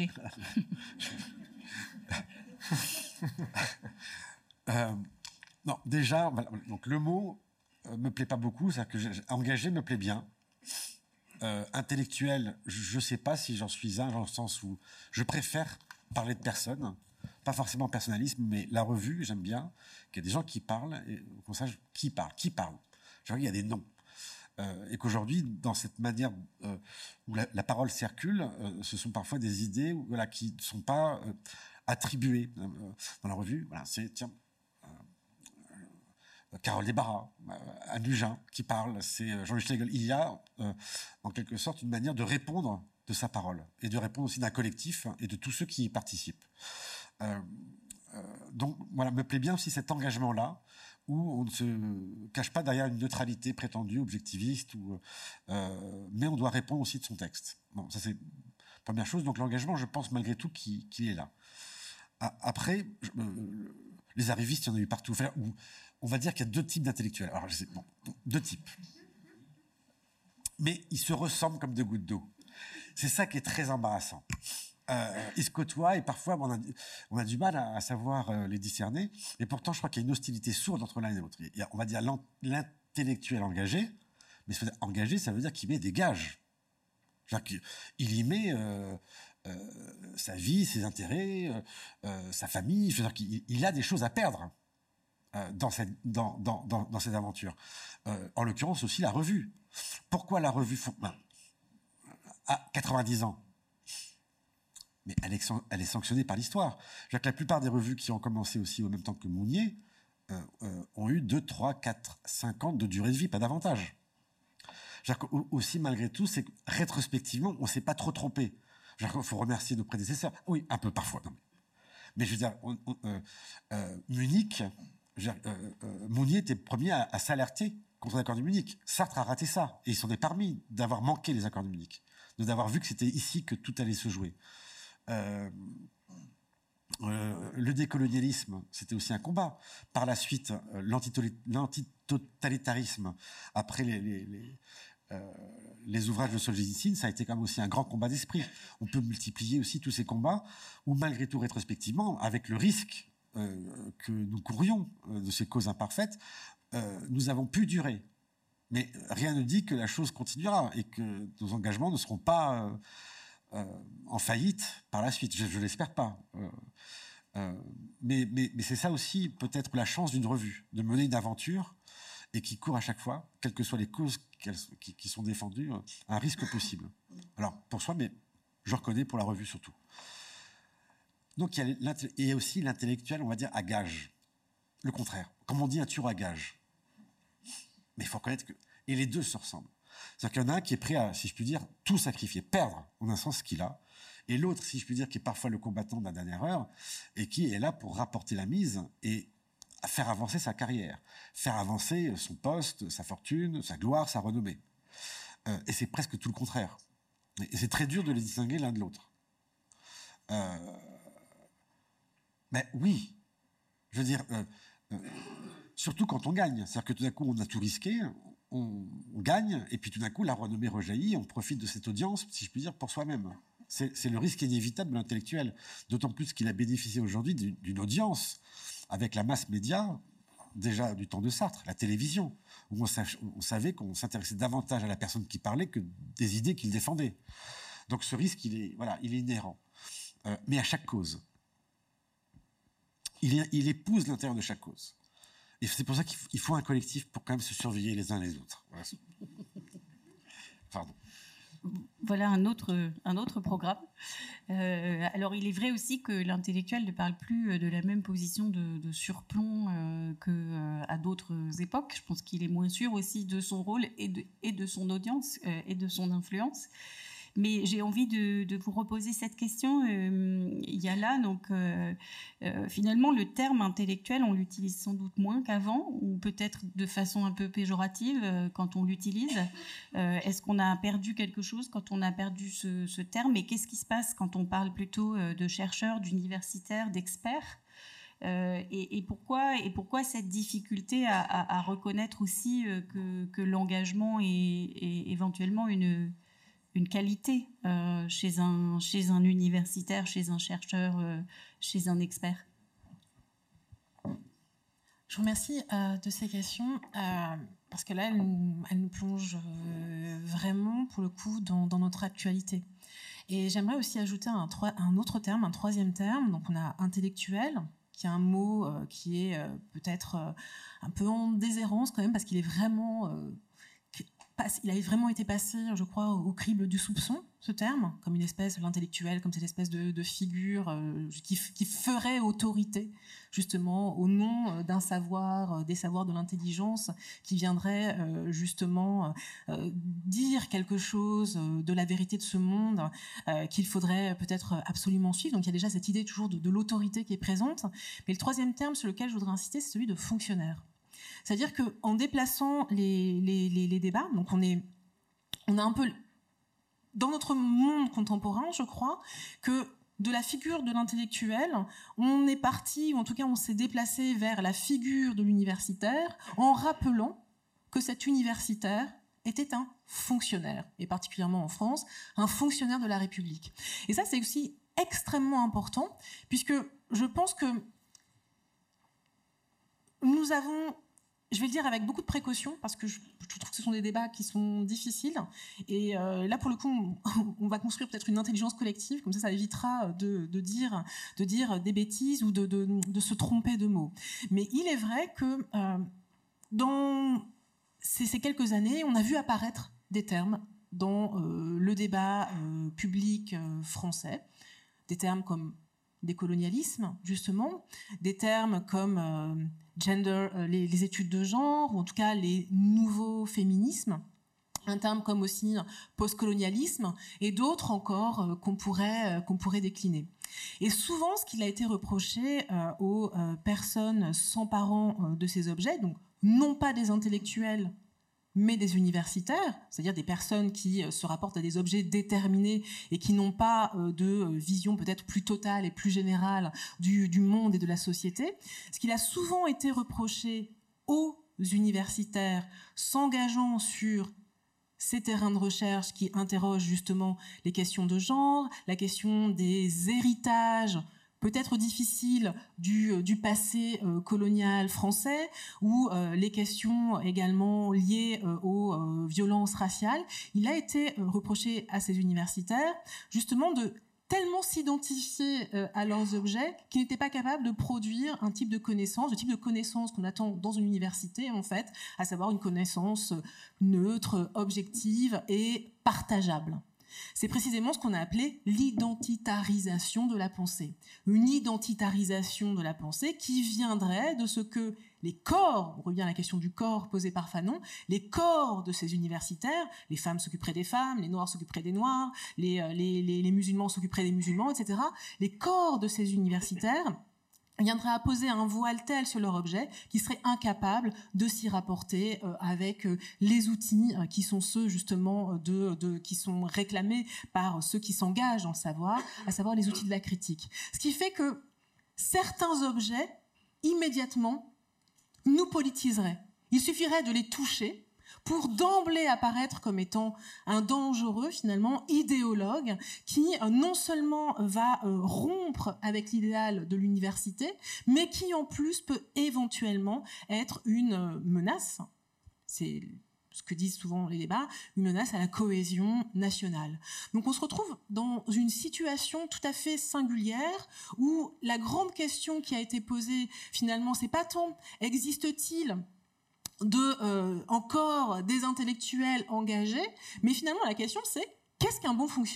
Non, déjà, voilà, donc le mot me plaît pas beaucoup, c'est-à-dire que engagé me plaît bien. Intellectuel, je sais pas si j'en suis un, dans le sens où je préfère parler de personnes, pas forcément personnalisme, mais la revue, j'aime bien qu'il y ait des gens qui parlent, et qu'on sache qui parle. Je vois qu'il y a des noms. Et qu'aujourd'hui, dans cette manière où la parole circule, ce sont parfois des idées voilà, qui ne sont pas attribuées dans la revue. Voilà, c'est, tiens, Carole Desbarras, Anne Lugin qui parle, c'est Jean-Luc Schlegel. Il y a, en quelque sorte, une manière de répondre de sa parole, et de répondre aussi d'un collectif et de tous ceux qui y participent. Donc, voilà, me plaît bien aussi cet engagement-là, où on ne se cache pas derrière une neutralité prétendue, objectiviste, mais on doit répondre aussi de son texte. Bon, ça c'est la première chose. Donc l'engagement, je pense malgré tout qu'il est là. Après, les arrivistes, il y en a eu partout. Enfin, on va dire qu'il y a deux types d'intellectuels. Alors, deux types. Mais ils se ressemblent comme deux gouttes d'eau. C'est ça qui est très embarrassant. Ils se côtoient et parfois on a du mal à savoir les discerner. Et pourtant, je crois qu'il y a une hostilité sourde entre l'un et l'autre. On va dire l'intellectuel engagé, mais engagé, ça veut dire qu'il met des gages. Il y met sa vie, ses intérêts, sa famille. Je veux dire qu'il a des choses à perdre dans cette aventure. En l'occurrence aussi la revue. Pourquoi la revue à 90 ans? Mais elle est sanctionnée par l'histoire. Je veux dire que la plupart des revues qui ont commencé aussi au même temps que Mounier ont eu 2, 3, 4, 5 ans de durée de vie, pas davantage. Aussi, malgré tout, c'est que rétrospectivement, on ne s'est pas trop trompé. Il faut remercier nos prédécesseurs. Oui, un peu parfois. Non. Mais je veux dire, Munich, Mounier était le premier à s'alerter contre l'accord de Munich. Sartre a raté ça. Et il s'en est permis d'avoir manqué les accords de Munich, d'avoir vu que c'était ici que tout allait se jouer. Le décolonialisme, c'était aussi un combat. Par la suite, l'antitotalitarisme, après les ouvrages de Solzhenitsyn, ça a été quand même aussi un grand combat d'esprit. On peut multiplier aussi tous ces combats, où malgré tout, rétrospectivement, avec le risque que nous courions de ces causes imparfaites, nous avons pu durer. Mais rien ne dit que la chose continuera et que nos engagements ne seront pas en faillite par la suite. Je l'espère pas. Mais c'est ça aussi peut-être la chance d'une revue, de mener une aventure et qui court à chaque fois, quelles que soient les causes qui sont défendues, un risque possible. Alors, pour soi, mais je reconnais pour la revue surtout. Donc, il y a aussi l'intellectuel, on va dire, à gage. Le contraire. Comme on dit, un tueur à gage. Mais il faut reconnaître que... Et les deux se ressemblent. C'est-à-dire qu'il y en a un qui est prêt à, si je puis dire, tout sacrifier, perdre, en un sens, ce qu'il a. Et l'autre, si je puis dire, qui est parfois le combattant de la dernière heure, et qui est là pour rapporter la mise et faire avancer sa carrière, faire avancer son poste, sa fortune, sa gloire, sa renommée. Et c'est presque tout le contraire. Et c'est très dur de les distinguer l'un de l'autre. Mais oui, je veux dire, surtout quand on gagne. C'est-à-dire que tout d'un coup, on a tout risqué, on gagne, et puis tout d'un coup, la renommée rejaillit, on profite de cette audience, si je puis dire, pour soi-même. C'est le risque inévitable de l'intellectuel. D'autant plus qu'il a bénéficié aujourd'hui d'une audience avec la masse média, déjà du temps de Sartre, la télévision, où on savait qu'on s'intéressait davantage à la personne qui parlait que des idées qu'il défendait. Donc ce risque, il est inhérent. Mais à chaque cause. Il épouse l'intérieur de chaque cause. Et c'est pour ça qu'il faut un collectif pour quand même se surveiller les uns les autres. Voilà. Pardon. Voilà un autre programme. Alors, il est vrai aussi que l'intellectuel ne parle plus de la même position de surplomb qu'à d'autres époques. Je pense qu'il est moins sûr aussi de son rôle et de son audience et de son influence. Mais j'ai envie de vous reposer cette question. Il y a là, donc, finalement, le terme intellectuel, on l'utilise sans doute moins qu'avant, ou peut-être de façon un peu péjorative quand on l'utilise. Est-ce qu'on a perdu quelque chose quand on a perdu ce terme? Et qu'est-ce qui se passe quand on parle plutôt de chercheurs, d'universitaires, d'experts? Et pourquoi cette difficulté à reconnaître aussi que l'engagement est éventuellement une qualité chez un universitaire, chez un chercheur, chez un expert? Je vous remercie de ces questions parce que là, elle nous plonge vraiment, pour le coup, dans notre actualité. Et j'aimerais aussi ajouter un autre terme, un troisième terme. Donc, on a intellectuel, qui est un mot qui est peut-être un peu en déshérence quand même, parce qu'il est vraiment... il avait vraiment été passé, je crois, au crible du soupçon, ce terme, comme une espèce, l'intellectuel, comme cette espèce de figure qui ferait autorité, justement, au nom d'un savoir, des savoirs de l'intelligence, qui viendrait justement dire quelque chose de la vérité de ce monde qu'il faudrait peut-être absolument suivre. Donc il y a déjà cette idée toujours de l'autorité qui est présente. Mais le troisième terme sur lequel je voudrais insister, c'est celui de fonctionnaire. C'est-à-dire qu'en déplaçant les débats, donc on a un peu, dans notre monde contemporain, je crois, que de la figure de l'intellectuel, on est parti, ou en tout cas on s'est déplacé vers la figure de l'universitaire, en rappelant que cet universitaire était un fonctionnaire, et particulièrement en France, un fonctionnaire de la République. Et ça, c'est aussi extrêmement important, puisque je pense que nous avons... Je vais le dire avec beaucoup de précaution parce que je trouve que ce sont des débats qui sont difficiles. Et là, pour le coup, on va construire peut-être une intelligence collective. Comme ça évitera de dire des bêtises ou de se tromper de mots. Mais il est vrai que dans ces quelques années, on a vu apparaître des termes dans le débat public français. Des termes comme décolonialisme, justement. Des termes comme... gender, les études de genre, ou en tout cas les nouveaux féminismes, un terme comme aussi postcolonialisme, et d'autres encore qu'on pourrait décliner. Et souvent, ce qu'il a été reproché aux personnes s'emparant de ces objets, donc non pas des intellectuels, mais des universitaires, c'est-à-dire des personnes qui se rapportent à des objets déterminés et qui n'ont pas de vision peut-être plus totale et plus générale du monde et de la société. Ce qu'il a souvent été reproché aux universitaires s'engageant sur ces terrains de recherche qui interrogent justement les questions de genre, la question des héritages peut-être difficiles du passé colonial français, ou les questions également liées aux violences raciales. Il a été reproché à ces universitaires justement de tellement s'identifier à leurs objets qu'ils n'étaient pas capables de produire un type de connaissance, le type de connaissance qu'on attend dans une université, en fait, à savoir une connaissance neutre, objective et partageable. C'est précisément ce qu'on a appelé l'identitarisation de la pensée. Une identitarisation de la pensée qui viendrait de ce que les corps, on revient à la question du corps posée par Fanon, les corps de ces universitaires, les femmes s'occuperaient des femmes, les noirs s'occuperaient des noirs, les musulmans s'occuperaient des musulmans, etc. Les corps de ces universitaires viendraient à poser un voile tel sur leur objet qu'ils seraient incapables de s'y rapporter avec les outils qui sont ceux justement qui sont réclamés par ceux qui s'engagent dans le savoir, à savoir les outils de la critique. Ce qui fait que certains objets, immédiatement, nous politiseraient. Il suffirait de les toucher pour d'emblée apparaître comme étant un dangereux, finalement, idéologue qui non seulement va rompre avec l'idéal de l'université, mais qui en plus peut éventuellement être une menace, c'est ce que disent souvent les débats, une menace à la cohésion nationale. Donc on se retrouve dans une situation tout à fait singulière où la grande question qui a été posée, finalement, c'est pas tant existe-t-il encore des intellectuels engagés, mais finalement la question c'est qu'est-ce qu'un bon fonctionnaire ?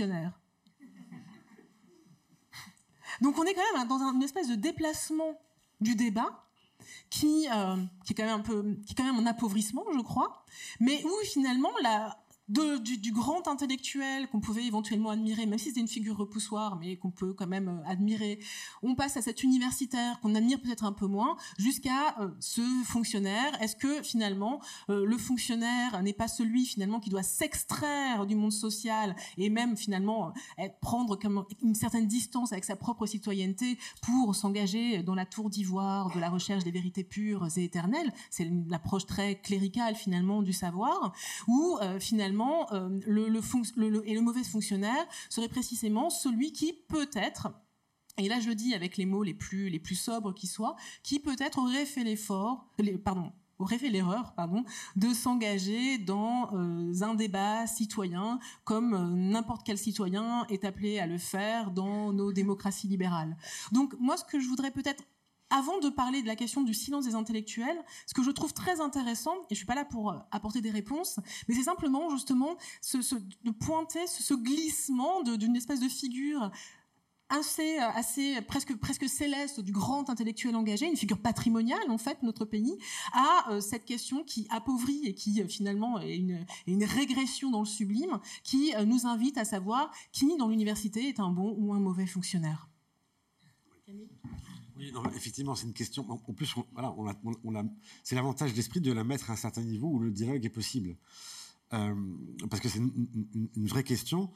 Donc on est quand même dans une espèce de déplacement du débat qui est quand même un appauvrissement, je crois, mais où finalement du grand intellectuel qu'on pouvait éventuellement admirer, même si c'était une figure repoussoire, mais qu'on peut quand même admirer, on passe à cet universitaire qu'on admire peut-être un peu moins, jusqu'à ce fonctionnaire. Est-ce que finalement le fonctionnaire n'est pas celui finalement qui doit s'extraire du monde social et même finalement prendre comme une certaine distance avec sa propre citoyenneté pour s'engager dans la tour d'ivoire de la recherche des vérités pures et éternelles? C'est l'approche très cléricale finalement du savoir, où finalement le mauvais fonctionnaire serait précisément celui qui peut-être, et là je le dis avec les mots les plus sobres qui soient, qui peut-être aurait fait l'erreur de s'engager dans un débat citoyen comme n'importe quel citoyen est appelé à le faire dans nos démocraties libérales. Donc moi ce que je voudrais peut-être, avant de parler de la question du silence des intellectuels, ce que je trouve très intéressant, et je suis pas là pour apporter des réponses, mais c'est simplement justement de pointer ce glissement d'une espèce de figure assez presque céleste du grand intellectuel engagé, une figure patrimoniale en fait de notre pays, à cette question qui appauvrit et qui finalement est une régression dans le sublime, qui nous invite à savoir qui dans l'université est un bon ou un mauvais fonctionnaire. Oui, non, effectivement, c'est une question. En plus, c'est l'avantage d'esprit de la mettre à un certain niveau où le dialogue est possible, parce que c'est une vraie question.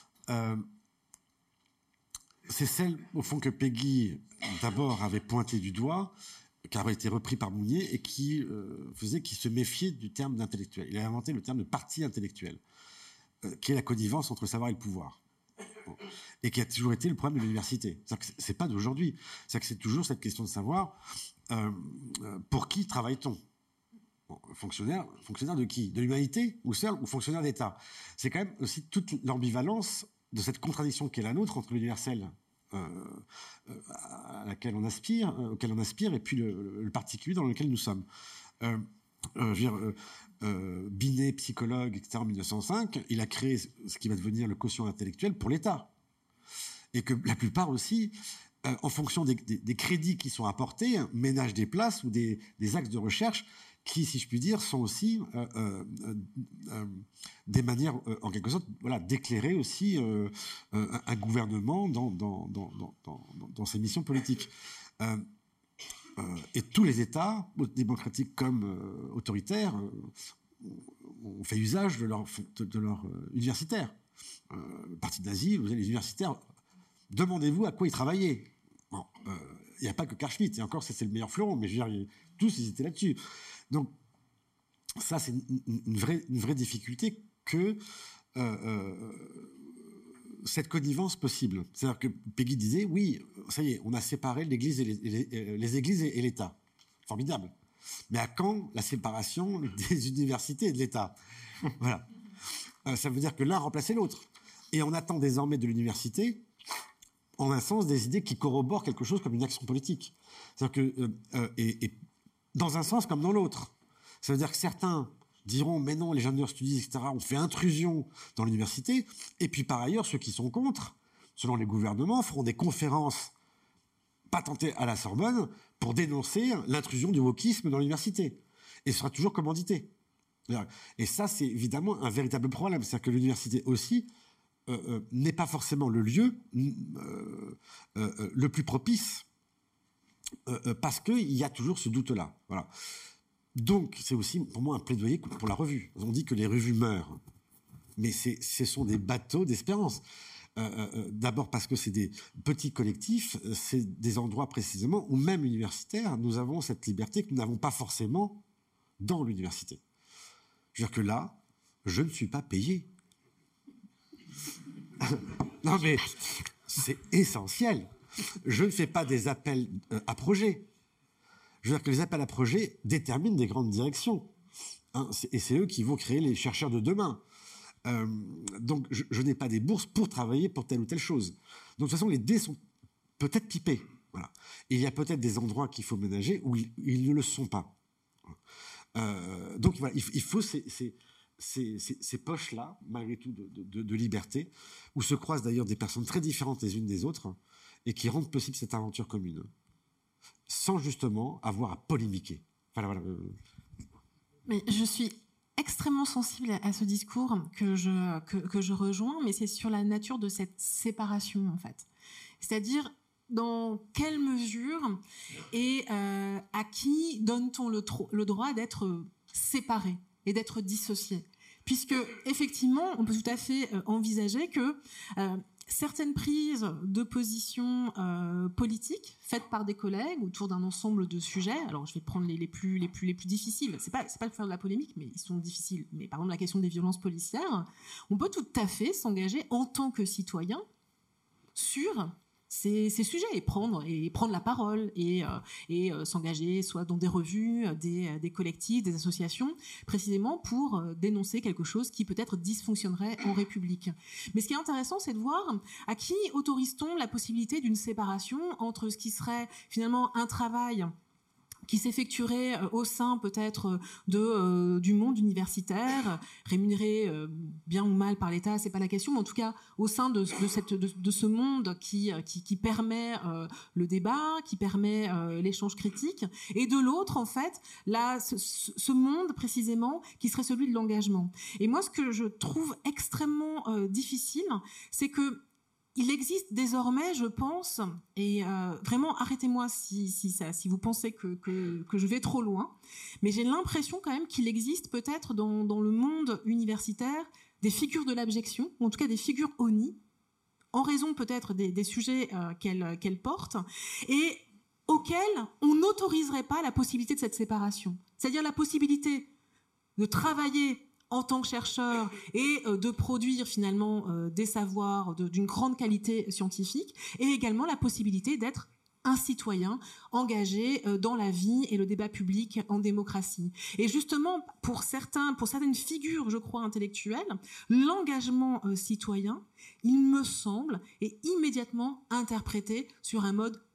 C'est celle, au fond, que Peggy d'abord avait pointé du doigt, qui avait été repris par Mounier et qui faisait qu'il se méfiait du terme d'intellectuel. Il a inventé le terme de parti intellectuel, qui est la connivence entre le savoir et le pouvoir. Et qui a toujours été le problème de l'université. C'est pas d'aujourd'hui. C'est toujours cette question de savoir pour qui travaille-t-on ? Fonctionnaire de qui ? De l'humanité ou fonctionnaire d'État ? C'est quand même aussi toute l'ambivalence de cette contradiction qui est la nôtre entre l'universel auquel on aspire, et puis le particulier dans lequel nous sommes. Binet, psychologue, etc., en 1905, il a créé ce qui va devenir le quotient intellectuel pour l'État. Et que la plupart aussi, en fonction des crédits qui sont apportés, ménagent des places ou des axes de recherche qui, si je puis dire, sont aussi des manières, en quelque sorte, voilà, d'éclairer aussi un gouvernement dans ses missions politiques. Et tous les États, démocratiques comme autoritaires, ont fait usage de leur universitaires. Le parti nazi, vous avez les universitaires, demandez-vous à quoi ils travaillaient. Bon, il n'y a pas que Carl Schmitt, et encore c'est le meilleur fleuron, mais je veux dire, tous ils étaient là-dessus. Donc ça c'est une vraie difficulté que cette connivence possible. C'est-à-dire que Peggy disait, oui, ça y est, on a séparé l'Église et les églises et l'État. Formidable. Mais à quand la séparation des universités et de l'État? Voilà. Ça veut dire que l'un remplaçait l'autre. Et on attend désormais de l'université, en un sens, des idées qui corroborent quelque chose comme une action politique. C'est-à-dire que, et dans un sens comme dans l'autre. Ça veut dire que certains diront, mais non, les gender studies, etc., ont fait intrusion dans l'université. Et puis, par ailleurs, ceux qui sont contre, selon les gouvernements, feront des conférences patentées à la Sorbonne pour dénoncer l'intrusion du wokisme dans l'université. Et ce sera toujours commandité. Et ça, c'est évidemment un véritable problème. C'est-à-dire que l'université aussi n'est pas forcément le lieu le plus propice parce qu'il y a toujours ce doute-là. Voilà. Donc, c'est aussi pour moi un plaidoyer pour la revue. On dit que les revues meurent, mais ce sont des bateaux d'espérance. D'abord parce que c'est des petits collectifs, c'est des endroits précisément où même universitaires, nous avons cette liberté que nous n'avons pas forcément dans l'université. Je veux dire que là, je ne suis pas payé. Non mais c'est essentiel. Je ne fais pas des appels à projets. Je veux dire que les appels à projets déterminent des grandes directions. Hein, et c'est eux qui vont créer les chercheurs de demain. Donc je n'ai pas des bourses pour travailler pour telle ou telle chose. Donc de toute façon, les dés sont peut-être pipés. Voilà. Et il y a peut-être des endroits qu'il faut ménager où ils ne le sont pas. Donc voilà, il faut ces poches-là, malgré tout, de liberté, où se croisent d'ailleurs des personnes très différentes les unes des autres, et qui rendent possible cette aventure commune, sans justement avoir à polémiquer. Voilà. Mais je suis extrêmement sensible à ce discours que je rejoins, mais c'est sur la nature de cette séparation, en fait. C'est-à-dire, dans quelle mesure et à qui donne-t-on le droit d'être séparé et d'être dissocié? Puisque, effectivement, on peut tout à fait envisager que certaines prises de position politiques faites par des collègues autour d'un ensemble de sujets, alors je vais prendre les plus difficiles, c'est pas le faire de la polémique, mais ils sont difficiles, mais par exemple la question des violences policières, on peut tout à fait s'engager en tant que citoyen sur ces sujets et prendre la parole et s'engager soit dans des revues, des collectifs, des associations, précisément pour dénoncer quelque chose qui peut-être dysfonctionnerait en République. Mais ce qui est intéressant, c'est de voir à qui autorise-t-on la possibilité d'une séparation entre ce qui serait finalement un travail qui s'effectuerait au sein peut-être du monde universitaire, rémunéré bien ou mal par l'État, c'est pas la question, mais en tout cas au sein de ce monde qui permet le débat, qui permet l'échange critique, et de l'autre en fait là ce monde précisément qui serait celui de l'engagement. Et moi ce que je trouve extrêmement difficile, c'est que il existe désormais, je pense, et vraiment arrêtez-moi si vous pensez que je vais trop loin, mais j'ai l'impression quand même qu'il existe peut-être dans le monde universitaire des figures de l'abjection, ou en tout cas des figures ONI, en raison peut-être des sujets qu'elles portent, et auxquels on n'autoriserait pas la possibilité de cette séparation. C'est-à-dire la possibilité de travailler en tant que chercheur et de produire finalement des savoirs d'une grande qualité scientifique, et également la possibilité d'être un citoyen engagé dans la vie et le débat public en démocratie. Et justement, pour certaines figures, je crois, intellectuelles, l'engagement citoyen, il me semble, est immédiatement interprété sur un mode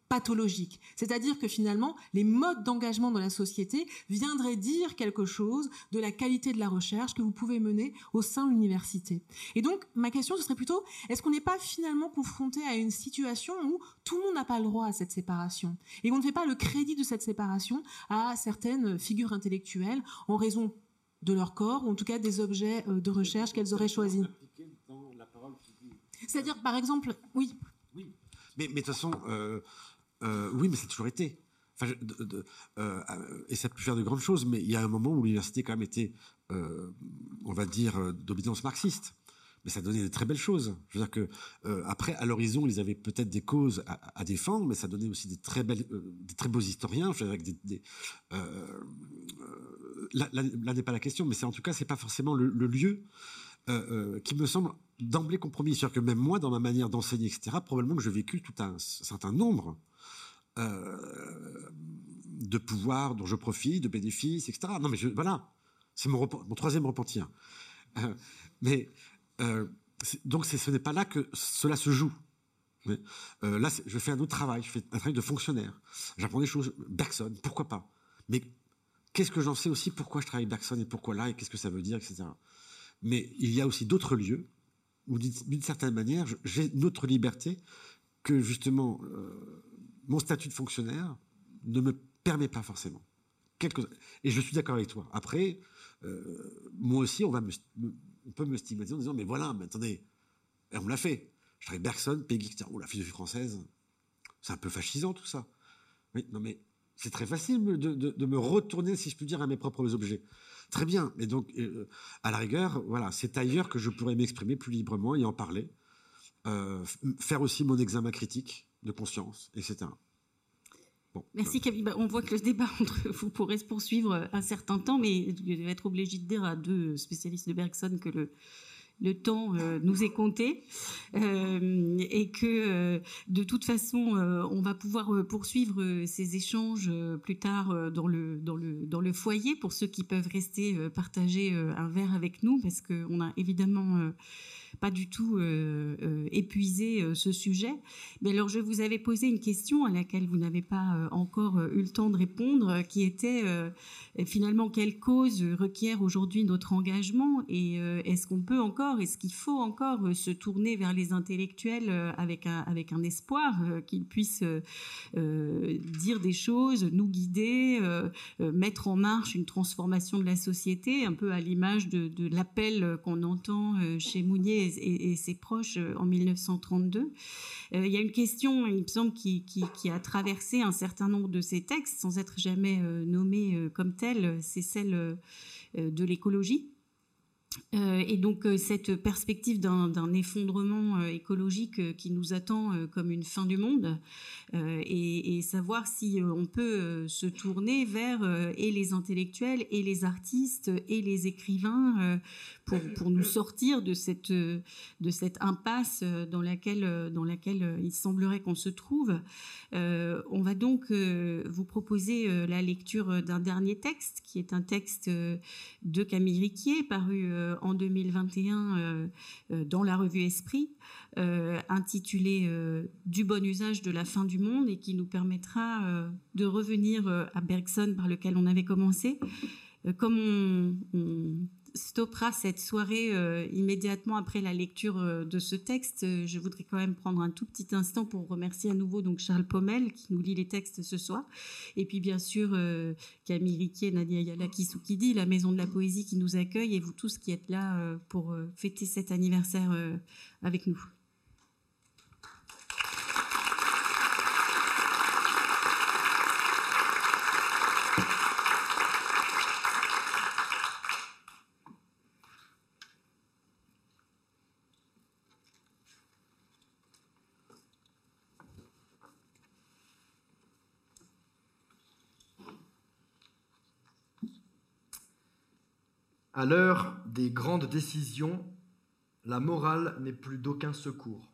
pathologique. C'est-à-dire que finalement, les modes d'engagement dans la société viendraient dire quelque chose de la qualité de la recherche que vous pouvez mener au sein de l'université. Et donc, ma question, ce serait plutôt, est-ce qu'on n'est pas finalement confronté à une situation où tout le monde n'a pas le droit à cette séparation et on ne fait pas le crédit de cette séparation à certaines figures intellectuelles en raison de leur corps, ou en tout cas des objets de recherche qu'elles auraient choisis. C'est-à-dire, par exemple, oui. Mais de toute façon, oui, mais ça a toujours été. Enfin, et ça peut faire de grandes choses, mais il y a un moment où l'université quand même était, on va dire, d'obédience marxiste. Mais ça donnait de très belles choses. Je veux dire que après, à l'horizon, ils avaient peut-être des causes à défendre, mais ça donnait aussi des très beaux historiens. Je veux dire, avec là n'est pas la question, mais c'est en tout cas, c'est pas forcément le lieu qui me semble d'emblée compromis. C'est-à-dire que même moi, dans ma manière d'enseigner, etc., probablement que j'ai vécu tout un certain nombre de pouvoirs dont je profite, de bénéfices, etc. Non, mais voilà, c'est mon troisième repentir. Donc ce n'est pas là que cela se joue. Là, je fais un autre travail, je fais un travail de fonctionnaire. J'apprends des choses. Bergson, pourquoi pas? Mais qu'est-ce que j'en sais aussi? Pourquoi je travaille Bergson et pourquoi là? Et qu'est-ce que ça veut dire, etc. Mais il y a aussi d'autres lieux où, d'une certaine manière, j'ai une autre liberté que, justement, mon statut de fonctionnaire ne me permet pas forcément. Et je suis d'accord avec toi. Après, moi aussi, on peut me stigmatiser en disant, mais voilà, mais attendez, on l'a fait. Je travaille Bergson, Peggy, etc. Oh, la philosophie française, c'est un peu fascisant tout ça. Oui, non mais c'est très facile de me retourner, si je puis dire, à mes propres objets. Très bien, mais donc, à la rigueur, voilà, c'est ailleurs que je pourrais m'exprimer plus librement et en parler, faire aussi mon examen critique de conscience, etc. Bon, merci Camille. On voit que le débat entre vous pourrait se poursuivre un certain temps, mais je vais être obligée de dire à deux spécialistes de Bergson que le temps nous est compté et que de toute façon on va pouvoir poursuivre ces échanges plus tard dans le foyer pour ceux qui peuvent rester partager un verre avec nous, parce qu'on a évidemment pas du tout épuisé ce sujet. Mais alors, je vous avais posé une question à laquelle vous n'avez pas encore eu le temps de répondre, qui était finalement quelle cause requiert aujourd'hui notre engagement, et est-ce qu'il faut encore se tourner vers les intellectuels avec un espoir qu'ils puissent dire des choses, nous guider, mettre en marche une transformation de la société, un peu à l'image de l'appel qu'on entend chez Mounier et ses proches en 1932. Il y a une question, il me semble, qui a traversé un certain nombre de ces textes, sans être jamais nommée comme telle, c'est celle de l'écologie. Et donc cette perspective d'un effondrement écologique qui nous attend comme une fin du monde, et savoir si on peut se tourner vers et les intellectuels et les artistes et les écrivains pour nous sortir de cette impasse dans laquelle il semblerait qu'on se trouve. On va donc vous proposer la lecture d'un dernier texte, qui est un texte de Camille Riquier, paru en 2021 dans la revue Esprit, intitulé Du bon usage de la fin du monde, et qui nous permettra de revenir à Bergson, par lequel on avait commencé. Comme on stoppera cette soirée immédiatement après la lecture de ce texte, je voudrais quand même prendre un tout petit instant pour remercier à nouveau donc Charles Pommel qui nous lit les textes ce soir, et puis bien sûr Camille Riquier, Nadia Yalaki-Soukidi, la Maison de la Poésie qui nous accueille, et vous tous qui êtes là pour fêter cet anniversaire avec nous. À l'heure des grandes décisions, la morale n'est plus d'aucun secours.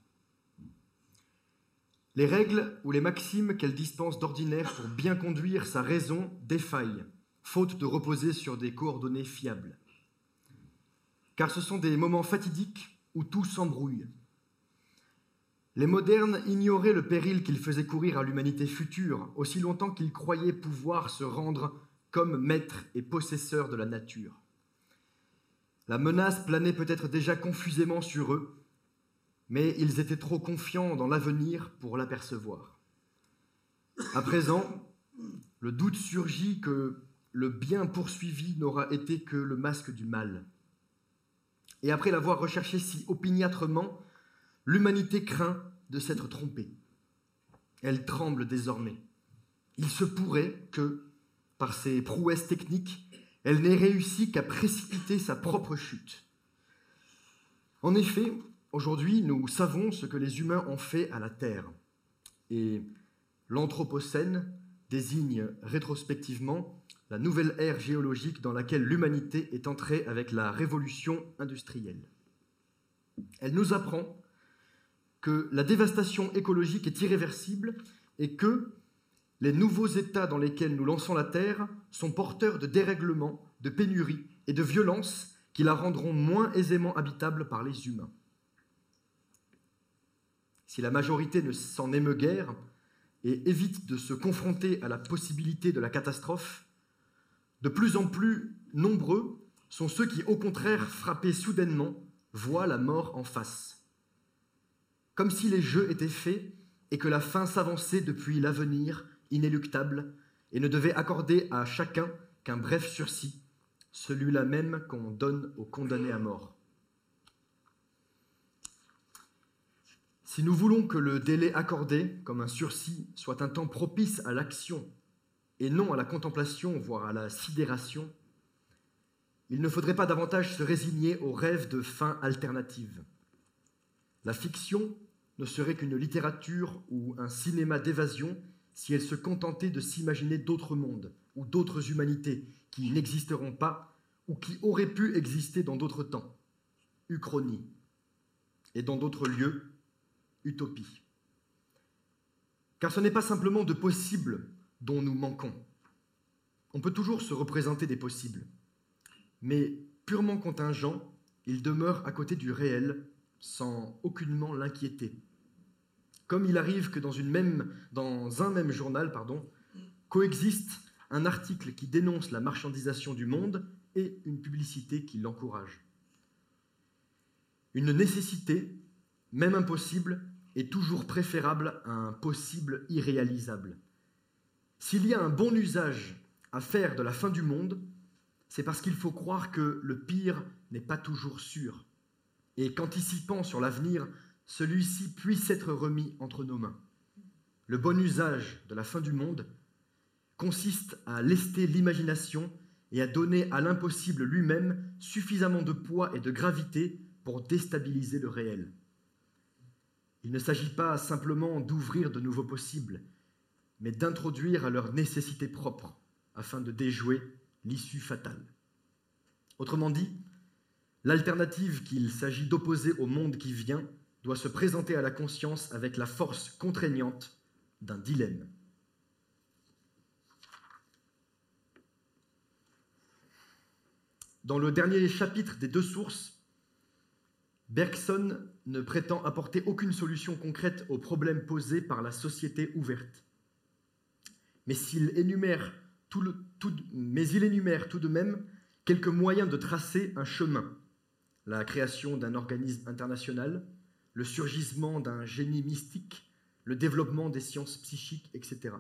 Les règles ou les maximes qu'elle dispense d'ordinaire pour bien conduire sa raison défaillent, faute de reposer sur des coordonnées fiables. Car ce sont des moments fatidiques où tout s'embrouille. Les modernes ignoraient le péril qu'ils faisaient courir à l'humanité future, aussi longtemps qu'ils croyaient pouvoir se rendre comme maîtres et possesseurs de la nature. La menace planait peut-être déjà confusément sur eux, mais ils étaient trop confiants dans l'avenir pour l'apercevoir. À présent, le doute surgit que le bien poursuivi n'aura été que le masque du mal. Et après l'avoir recherché si opiniâtrement, l'humanité craint de s'être trompée. Elle tremble désormais. Il se pourrait que, par ses prouesses techniques, elle n'ait réussi qu'à précipiter sa propre chute. En effet, aujourd'hui, nous savons ce que les humains ont fait à la Terre. Et l'Anthropocène désigne rétrospectivement la nouvelle ère géologique dans laquelle l'humanité est entrée avec la révolution industrielle. Elle nous apprend que la dévastation écologique est irréversible et que les nouveaux états dans lesquels nous lançons la Terre sont porteurs de dérèglements, de pénuries et de violences qui la rendront moins aisément habitable par les humains. Si la majorité ne s'en émeut guère et évite de se confronter à la possibilité de la catastrophe, de plus en plus nombreux sont ceux qui, au contraire, frappés soudainement, voient la mort en face. Comme si les jeux étaient faits et que la fin s'avançait depuis l'avenir inéluctable et ne devait accorder à chacun qu'un bref sursis, celui-là même qu'on donne aux condamnés à mort. Si nous voulons que le délai accordé, comme un sursis, soit un temps propice à l'action et non à la contemplation, voire à la sidération, il ne faudrait pas davantage se résigner aux rêves de fins alternatives. La fiction ne serait qu'une littérature ou un cinéma d'évasion si elle se contentait de s'imaginer d'autres mondes ou d'autres humanités qui n'existeront pas ou qui auraient pu exister dans d'autres temps, uchronie, et dans d'autres lieux, utopie. Car ce n'est pas simplement de possibles dont nous manquons. On peut toujours se représenter des possibles, mais purement contingent, ils demeurent à côté du réel sans aucunement l'inquiéter. Comme il arrive que dans un même journal, coexiste un article qui dénonce la marchandisation du monde et une publicité qui l'encourage. Une nécessité, même impossible, est toujours préférable à un possible irréalisable. S'il y a un bon usage à faire de la fin du monde, c'est parce qu'il faut croire que le pire n'est pas toujours sûr, et qu'anticipant sur l'avenir, celui-ci puisse être remis entre nos mains. Le bon usage de la fin du monde consiste à lester l'imagination et à donner à l'impossible lui-même suffisamment de poids et de gravité pour déstabiliser le réel. Il ne s'agit pas simplement d'ouvrir de nouveaux possibles, mais d'introduire à leur nécessité propre, afin de déjouer l'issue fatale. Autrement dit, l'alternative qu'il s'agit d'opposer au monde qui vient doit se présenter à la conscience avec la force contraignante d'un dilemme. Dans le dernier chapitre des 2 sources, Bergson ne prétend apporter aucune solution concrète aux problèmes posés par la société ouverte. Mais il énumère tout de même quelques moyens de tracer un chemin. La création d'un organisme international, le surgissement d'un génie mystique, le développement des sciences psychiques, etc.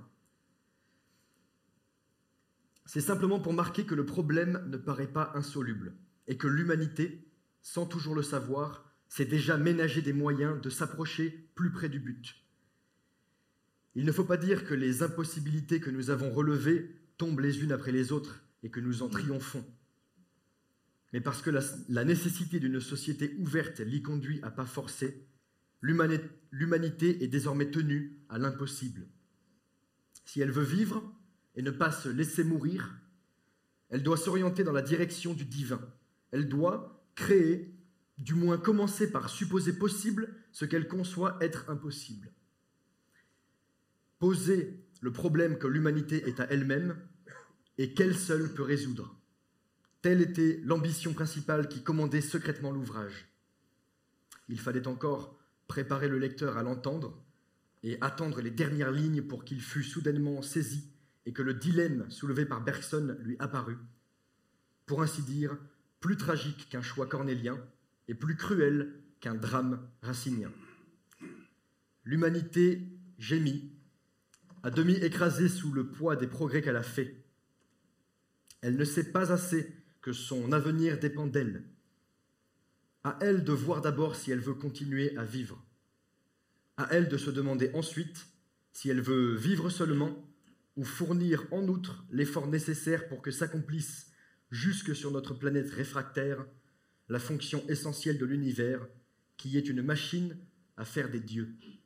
C'est simplement pour marquer que le problème ne paraît pas insoluble et que l'humanité, sans toujours le savoir, s'est déjà ménagé des moyens de s'approcher plus près du but. Il ne faut pas dire que les impossibilités que nous avons relevées tombent les unes après les autres et que nous en triomphons. Mais parce que la nécessité d'une société ouverte l'y conduit à pas forcés, l'humanité est désormais tenue à l'impossible. Si elle veut vivre et ne pas se laisser mourir, elle doit s'orienter dans la direction du divin. Elle doit créer, du moins commencer par supposer possible ce qu'elle conçoit être impossible. Poser le problème que l'humanité est à elle-même et qu'elle seule peut résoudre. Telle était l'ambition principale qui commandait secrètement l'ouvrage. Il fallait encore préparer le lecteur à l'entendre et attendre les dernières lignes pour qu'il fût soudainement saisi et que le dilemme soulevé par Bergson lui apparût, pour ainsi dire, plus tragique qu'un choix cornélien et plus cruel qu'un drame racinien. L'humanité gémit, à demi écrasée sous le poids des progrès qu'elle a faits. Elle ne sait pas assez que son avenir dépend d'elle. À elle de voir d'abord si elle veut continuer à vivre. À elle de se demander ensuite si elle veut vivre seulement ou fournir en outre l'effort nécessaire pour que s'accomplisse jusque sur notre planète réfractaire la fonction essentielle de l'univers qui est une machine à faire des dieux.